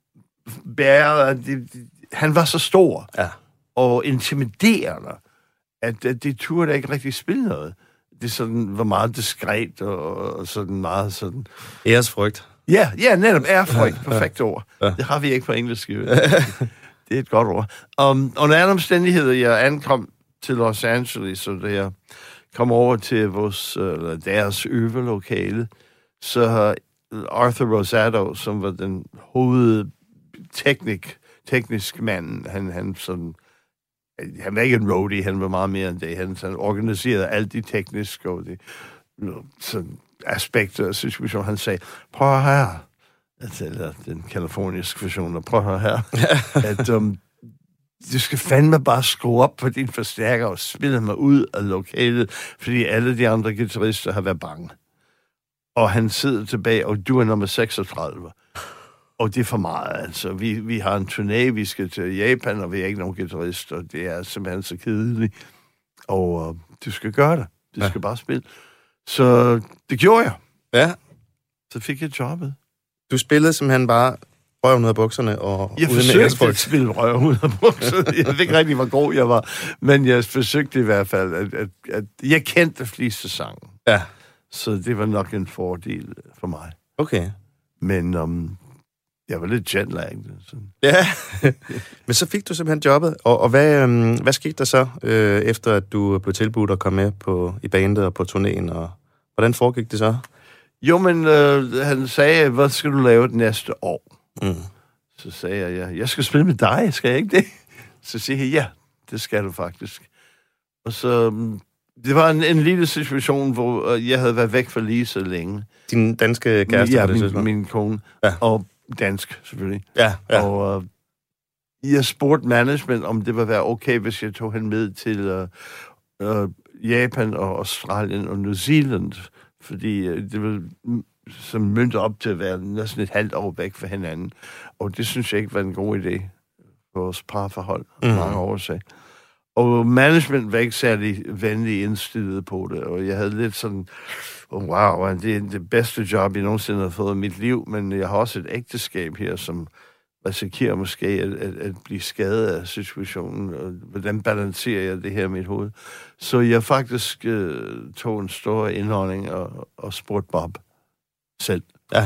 bæret, de, de, han var så stor
ja. og
intimiderende, at, at de turde ikke rigtig spille noget. Det sådan var meget diskret og, og sådan meget sådan...
Æresfrygt.
Ja, ja, netop ærefrygt. Perfekt ord.
Ja.
Det har vi ikke på engelsk. Det er et godt ord. Um, under andre omstændigheder, jeg ankom til Los Angeles, så da jeg kom over til vores, eller deres øvelokale, så har Arthur Rosado, som var den hovedteknik, teknisk mand, han, han sådan... Han var ikke en roadie, han var meget mere end det. Han, han organiserede alt de tekniske og de sådan, aspekter af situationen. Han sagde, prøv her, eller den kaliforniske version, og prøv her, at um, du skal fandme bare skrue op på din forstærker og spille mig ud af lokalet, fordi alle de andre guitarister har været bange. Og han sidder tilbage, og du er nummer seksogtredive. Og det er for meget, altså. Vi, vi har en turné, vi skal til Japan, og vi er ikke nogen guitarist, og det er simpelthen så kedeligt. Og uh, du skal gøre det. Du ja. skal bare spille. Så det gjorde jeg.
Ja.
Så fik jeg jobbet.
Du spillede simpelthen bare røven ud af bukserne og
jeg forsøgte at spille røven ud af bukserne. Jeg ved ikke rigtig, hvor god jeg var, men jeg forsøgte i hvert fald, at, at, at jeg kendte fleste sangen.
Ja.
Så det var nok en fordel for mig.
Okay.
Men... Um, Jeg var lidt jetlagget. Så.
Ja, men så fik du simpelthen jobbet. Og, og hvad, øhm, hvad skete der så, øh, efter at du blev tilbudt at komme med på, i bandet og på turnéen? Og hvordan foregik det så?
Jo, men øh, han sagde, hvad skal du lave det næste år?
Mm.
Så sagde jeg, ja, jeg skal spille med dig, skal jeg ikke det? Så siger jeg, ja, det skal du faktisk. Og så, det var en, en lille situation, hvor jeg havde været væk for lige så længe.
Din danske kæreste?
Ja,
det,
min,
min,
min kone.
Ja.
Og dansk, selvfølgelig.
Ja, ja.
Og uh, jeg spurgte management, om det ville være okay, hvis jeg tog hende med til uh, uh, Japan og Australien og New Zealand, fordi uh, det ville som mønte op til at være næsten et halvt år væk fra hinanden. Og det synes jeg ikke var en god idé for vores parforhold, mm. mange årsager. Og management var ikke særlig venlig indstillet på det, og jeg havde lidt sådan, oh, wow, det er det bedste job, jeg nogensinde har fået i mit liv, men jeg har også et ægteskab her, som risikerer måske at, at, at blive skadet af situationen, og hvordan balancerer jeg det her i mit hoved? Så jeg faktisk øh, tog en stor indholdning og, og spurgte Bob selv.
Ja.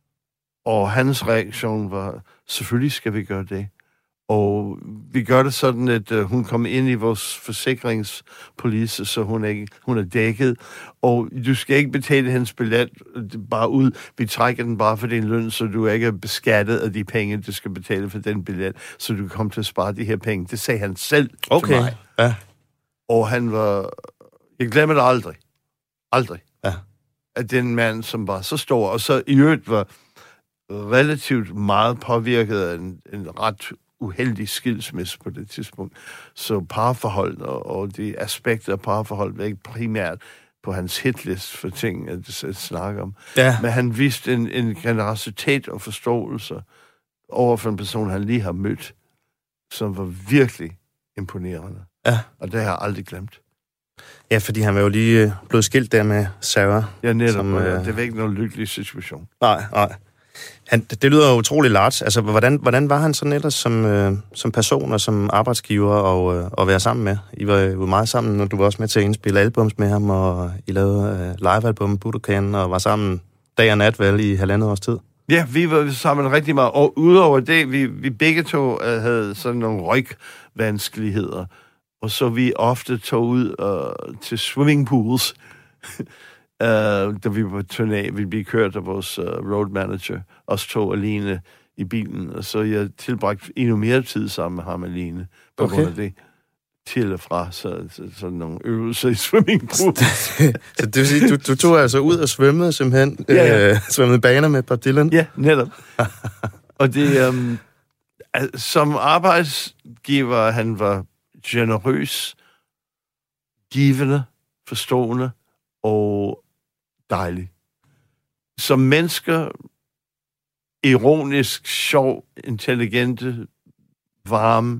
Og hans reaktion var, selvfølgelig skal vi gøre det. Og vi gør det sådan, at uh, hun kommer ind i vores forsikringspolice, så hun, ikke, hun er dækket. Og du skal ikke betale hendes billet bare ud. Vi trækker den bare for din løn, så du ikke er beskattet af de penge, du skal betale for den billet, så du kan komme til at spare de her penge. Det sagde han selv
okay.
til mig.
Ja.
Og han var... Jeg glemmer det aldrig. Aldrig.
Ja.
At den mand, som var så stor, og så i øvrigt var relativt meget påvirket af en, en ret uheldig skilsmisse på det tidspunkt. Så parforhold og, og de aspekter af parforhold var ikke primært på hans hitlist for ting at, at snakke om.
Ja.
Men han viste en, en generositet og forståelse over for en person, han lige har mødt, som var virkelig imponerende.
Ja.
Og det har jeg aldrig glemt.
Ja, fordi han var jo lige blevet skilt der med Sarah.
Ja, netop.
Som,
øh... Det var ikke nogen lykkelig situation.
Nej, nej. Han, det lyder utrolig large. Altså, hvordan, hvordan var han sådan ellers som, øh, som person og som arbejdsgiver og, øh, at være sammen med? I var jo meget sammen, og du var også med til at indspille albums med ham, og I lavede øh, live-album Budokan, og var sammen dag og nat vel i halvandet års tid.
Ja, vi var sammen rigtig meget, og udover det, vi, vi begge to øh, havde sådan nogle røgvanskeligheder, og så vi ofte tog ud øh, til swimmingpools, Uh, da vi var på turné, vi blev kørt af vores uh, road manager, os to alene i bilen, og så jeg tilbragte endnu mere tid sammen med ham alene, på
okay.
grund af det. til og fra, så, så, sådan nogle øvelser i swimmingpool.
Så det vil sige, du, du tog altså ud og svømmede simpelthen, ja, ja. Øh, svømmede baner med Bob Dylan?
Ja, netop. Og det, um, altså, som arbejdsgiver, han var generøs, givende, forstående og dejlig. Som mennesker, ironisk, sjov, intelligente, varme,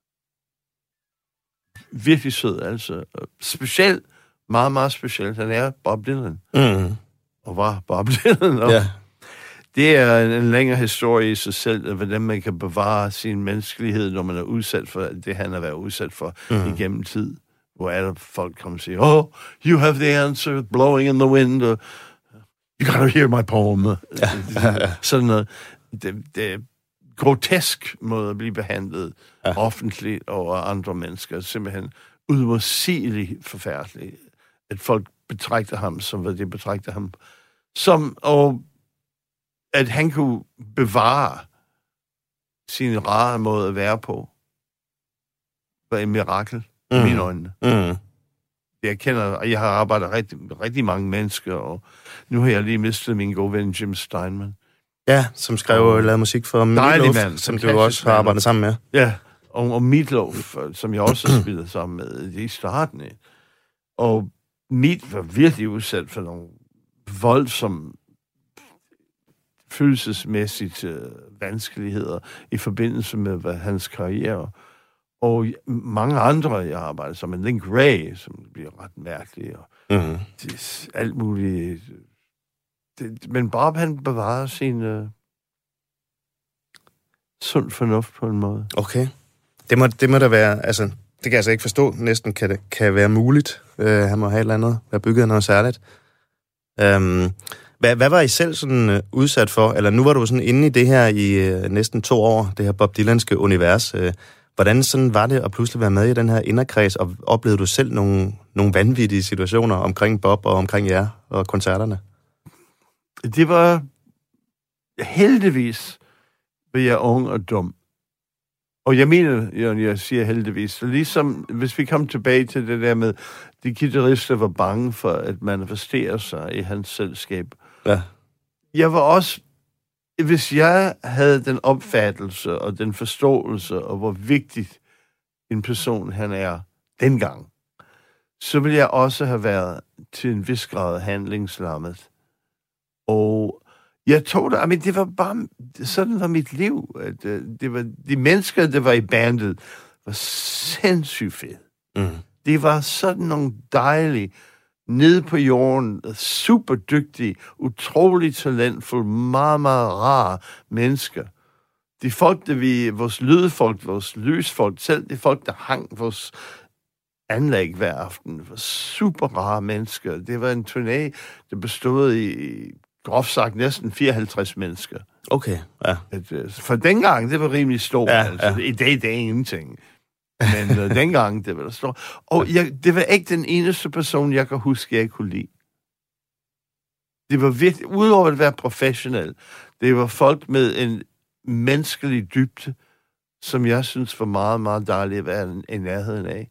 virkelig sød, altså. Specielt, meget, meget specielt. Han er Bob Dylan.
Mm.
Og var Bob Dylan. Og
ja.
Det er en, en længere historie i sig selv, hvordan man kan bevare sin menneskelighed, når man er udsat for det, han har været udsat for mm. igennem tid. Hvor alle folk kommer og siger, oh, you have the answer, blowing in the wind, or, you gotta hear my poem. Ja. Sådan noget. Det, det er grotesk måde at blive behandlet ja. offentligt over andre mennesker. Simpelthen udmodsigeligt forfærdeligt. At folk betragter ham, som hvad de betragter ham. Som, og at han kunne bevare sin rare måde at være på, var et mirakel mm. i mine øjne. Mm. Jeg kender, og jeg har arbejdet rigtig, rigtig mange mennesker, og nu har jeg lige mistet min gode ven Jim Steinman.
Ja, som skrev og lavede musik for Meatloaf, mand, som du også har arbejdet sammen med.
Ja, og, og Meatloaf, som jeg også har spillet sammen med i starten. Og Meat var virkelig udsat for nogle voldsomme følelsesmæssigt øh, vanskeligheder i forbindelse med hvad, hans karriere. Og mange andre, jeg arbejder sammen med, Link Ray, som bliver ret mærkelig, og mm-hmm. det, alt muligt. Det, men Bob, han bevarer sin øh, sund fornuft på en måde. Okay.
Det må, det må da være, altså, det kan jeg altså ikke forstå, næsten kan det kan være muligt. Uh, han må have et eller andet, være bygget noget særligt. Um, hvad, hvad var I selv sådan uh, udsat for? Eller nu var du sådan inde i det her i uh, næsten to år, det her Bob Dylanske univers. Uh, hvordan sådan var det at pludselig være med i den her inderkreds, og oplevede du selv nogle, nogle vanvittige situationer omkring Bob og omkring jer og koncerterne?
Det var heldigvis, var jeg ung og dum. Og jeg mener, jeg siger heldigvis, ligesom hvis vi kom tilbage til det der med, de guitarister var bange for at manifestere sig i hans selskab. Ja. Jeg var også, hvis jeg havde den opfattelse og den forståelse, og hvor vigtigt en person han er dengang, så ville jeg også have været til en vis grad handlingslammet. Og jeg tog det, I mean, det var bare, sådan var mit liv. At, det var, de mennesker, der var i bandet, var sindssygt fede. Mm. Det var sådan nogle dejlige, nede på jorden, super dygtige, utroligt talentfulde, meget, meget rare mennesker. De folk, der vi, vores lydfolk, vores lysfolk, selv de folk, der hang vores anlæg hver aften, var super rare mennesker. Det var en turné, der bestod i groft sagt næsten fireoghalvtreds mennesker.
Okay, ja.
At, for dengang, det var rimelig stort. Ja, altså. Ja. I dag, det er ingenting. Men uh, dengang, det var der stort. Og jeg, det var ikke den eneste person, jeg kan huske, jeg kunne lide. Det var virkelig, udover at være professionel, det var folk med en menneskelig dybde, som jeg synes var meget, meget dejligt at være i nærheden af.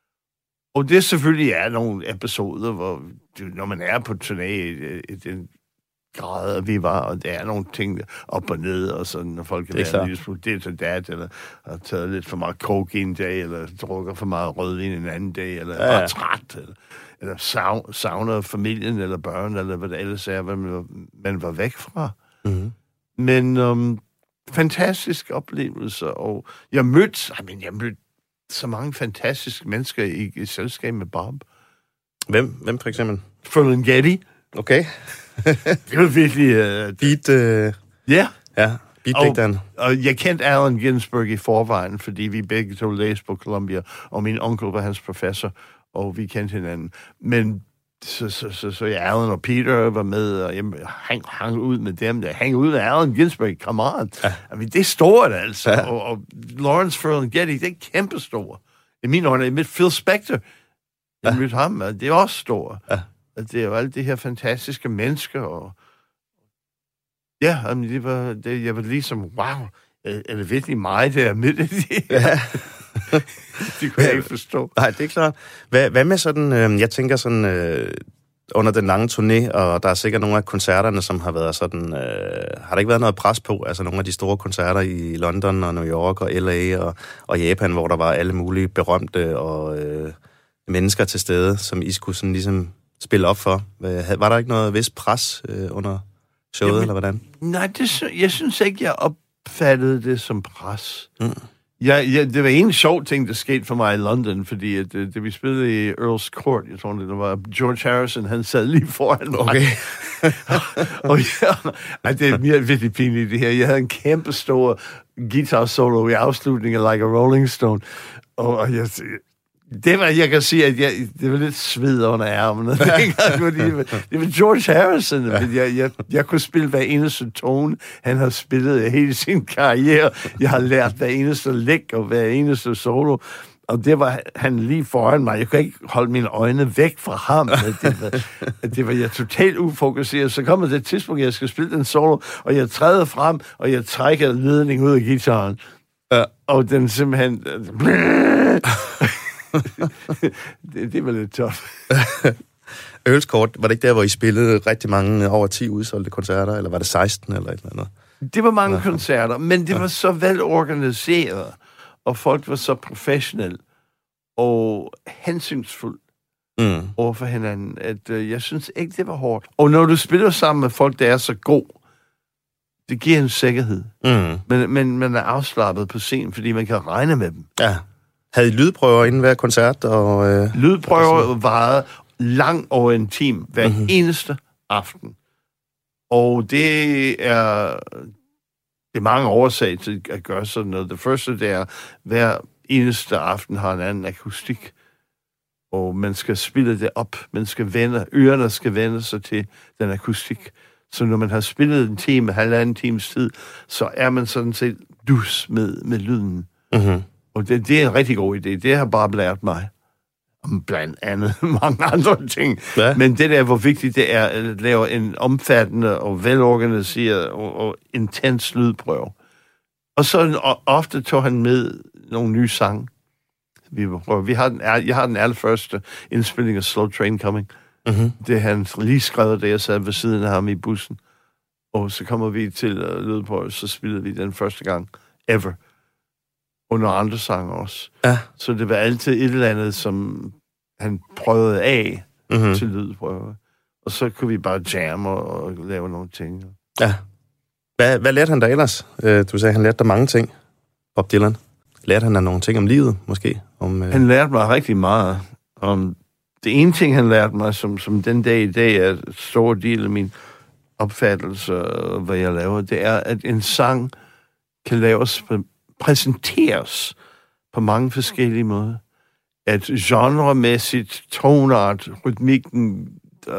Og det selvfølgelig er nogle episoder, hvor når man er på turné i, i den grad, vi var, og der er nogle ting op og ned, og sådan, når folk kan være en lille smule det og dat, eller har taget lidt for meget coke en dag, eller drukker for meget rødvin en anden dag, eller ja, bare træt, eller, eller sav, savner familien, eller børn, eller hvad det ellers er, hvad man, man var væk fra. Mm-hmm. Men um, fantastiske oplevelser, og jeg mødte, I mean, jeg mødte så mange fantastiske mennesker i, i selskab med Bob.
Hvem? Hvem for eksempel?
Ferlinghetti.
Okay.
Det var virkelig... Uh,
Beat... Uh...
Ja.
Ja, beatdigteren.
Og, og jeg kendte Allen Ginsberg i forvejen, fordi vi begge to læste på Columbia, og min onkel var hans professor, og vi kendte hinanden. Men så, så, så, så jeg, Allen og Peter var med, og jeg hang, hang ud med dem. Jeg hang ud med Allen Ginsberg, come on. Ja. I mean, det er stort, altså. Ja. Og, og Lawrence Ferlinghetti, det er kæmpestort. I mine øjne, jeg mødte Phil Spector. Jeg mødte ja. ham, og det er også stort. Ja. Det er jo alle de her fantastiske mennesker, og ja, det var, det, jeg var ligesom, wow, er det virkelig mig, der er midt i det? Ja. De kunne jeg ikke forstå.
Nej, det er klart. Hvad, hvad med sådan, øh, jeg tænker sådan, øh, under den lange turné, og der er sikkert nogle af koncerterne, som har været sådan, øh, har der ikke været noget pres på? Altså nogle af de store koncerter i London og New York og L A og, og Japan, hvor der var alle mulige berømte og øh, mennesker til stede, som I skulle sådan ligesom spille op for. Var der ikke noget vis pres øh, under showet, Jamen, eller hvordan?
Nej, det, jeg synes ikke, jeg opfattede det som pres. Mm. Ja, ja, det var en sjov ting, der skete for mig i London, fordi at, det, det vi spillede i Earls Court, jeg tror, det var George Harrison, han sad lige foran mig.
Okay.
og ja, ej, det er mere virkelig pinligt det her. Jeg havde en kæmpe stor guitar solo i afslutningen af Like a Rolling Stone, og, og jeg... Det var, jeg kan sige, at jeg, det var lidt sved under ærmene. Det var George Harrison, men jeg, jeg, jeg kunne spille hver eneste tone, han har spillet hele sin karriere. Jeg har lært hver eneste lick og hver eneste solo. Og det var han lige foran mig. Jeg kunne ikke holde mine øjne væk fra ham. Det var, det var jeg totalt ufokuseret. Så kommer det et tidspunkt, jeg skal spille den solo, og jeg træder frem, og jeg trækker ledningen ud af guitaren. Ja. Og den simpelthen... det, det var lidt tough.
Earls Court, var det ikke der, hvor I spillede rigtig mange, over ti udsolgte koncerter, eller var det seksten eller et eller andet?
Det var mange ja. koncerter, men det var så velorganiseret, og folk var så professionelle og hensynsfulde mm. overfor hinanden, at uh, jeg synes ikke, det var hårdt. Og når du spiller sammen med folk, der er så god, det giver en sikkerhed. Mm. Men, men man er afslappet på scenen, fordi man kan regne med dem.
Ja. Havde I lydprøver inden hver koncert? Og, øh,
lydprøver varede lang over en time hver mm-hmm. eneste aften. Og det er, det er mange årsager til at gøre sådan noget. Det første, det er, hver eneste aften har en anden akustik. Og man skal spille det op. Man skal vende, ørerne skal vende sig til den akustik. Så når man har spillet en time, halvanden times tid, så er man sådan set dus med, med lyden. Mm-hmm. Og det, det er en rigtig god idé. Det har bare lært mig. Om blandt andet mange andre ting. Ja. Men det der, hvor vigtigt det er at lave en omfattende og velorganiseret og, og intens lydprøve. Og så og ofte tog han med nogle nye sange. Vi prøve. Vi har den, jeg har den allerførste indspilning af Slow Train Coming. Mm-hmm. Det han lige skrevet, da jeg sad ved siden af ham i bussen. Og så kommer vi til uh, lydprøve, så spillede vi den første gang ever. Og nogle andre sange også. Ja. Så det var altid et eller andet, som han prøvede af mm-hmm. til lydprøve. Og så kunne vi bare jamme og, og lave nogle ting.
Ja. Hvad, hvad lærte han dig ellers? Du sagde, han lærte dig mange ting, Bob Dylan. Lærte han dig nogle ting om livet, måske? Om, øh...
Han lærte mig rigtig meget. Om det ene ting, han lærte mig, som, som den dag i dag er en stor del af min opfattelse af, hvad jeg laver, det er, at en sang kan laves på præsenteres på mange forskellige måder. At genremæssigt, tonart, rytmikken, øh,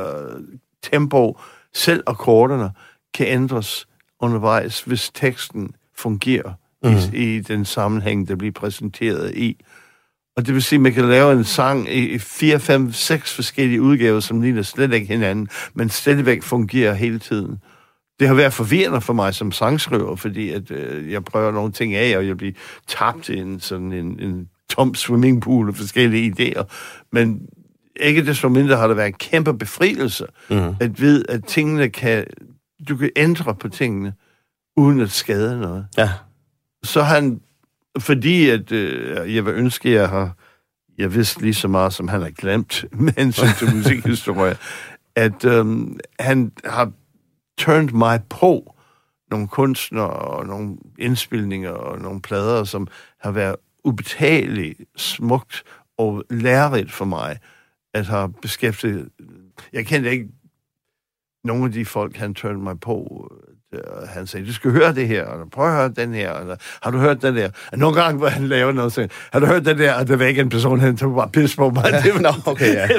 tempo, selv akkorderne kan ændres undervejs, hvis teksten fungerer mm. i, i den sammenhæng, der bliver præsenteret i. Og det vil sige, at man kan lave en sang i fire, fem, seks forskellige udgaver, som ligner slet ikke hinanden, men stadigvæk fungerer hele tiden. Det har været forvirrende for mig som sangskriver, fordi at, øh, jeg prøver nogle ting af, og jeg bliver tabt i en, sådan en, en tom swimmingpool af forskellige idéer. Men ikke desto mindre har det været en kæmpe befrielse, mm. at vide, at tingene kan... Du kan ændre på tingene, uden at skade noget. Ja. Så han... Fordi at øh, jeg vil ønske, at jeg har... Jeg vidste lige så meget, som han har glemt, med hensyn til musikhistorie, at øh, han har turned mig på nogle kunstnere og nogle indspilninger og nogle plader, som har været ubetaleligt, smukt og lærerigt for mig at have beskæftiget. Jeg kendte ikke nogle af de folk, han turned mig på. Han sagde, du skal høre det her, eller prøv at høre den her, eller har du hørt den der? Og nogle gange, hvor han lavede noget, så har du hørt den der, og det var ikke en person, han tog bare pis på mig. Det var,
no, okay, ja.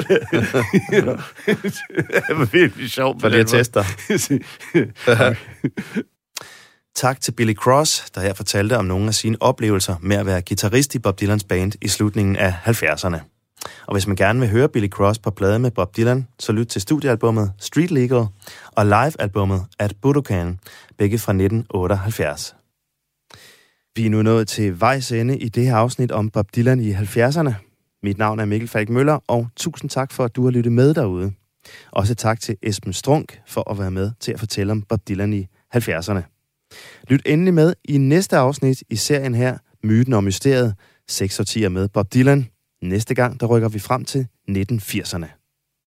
Det var virkelig sjovt.
For det tester. Tak til Billy Cross, der her fortalte om nogle af sine oplevelser med at være guitarist i Bob Dylans band i slutningen af halvfjerdserne. Og hvis man gerne vil høre Billy Cross på plade med Bob Dylan, så lyt til studiealbummet Street Legal og live-albummet At Budokan, begge fra nitten otteoghalvfjerds. Vi er nu nået til vejs ende i det her afsnit om Bob Dylan i halvfjerdserne. Mit navn er Mikkel Falk Møller, og tusind tak for, at du har lyttet med derude. Også tak til Esben Strunk for at være med til at fortælle om Bob Dylan i halvfjerdserne. Lyt endelig med i næste afsnit i serien her, Myten og Mysteriet, seks årtier med Bob Dylan. Næste gang, der rykker vi frem til nitten firserne.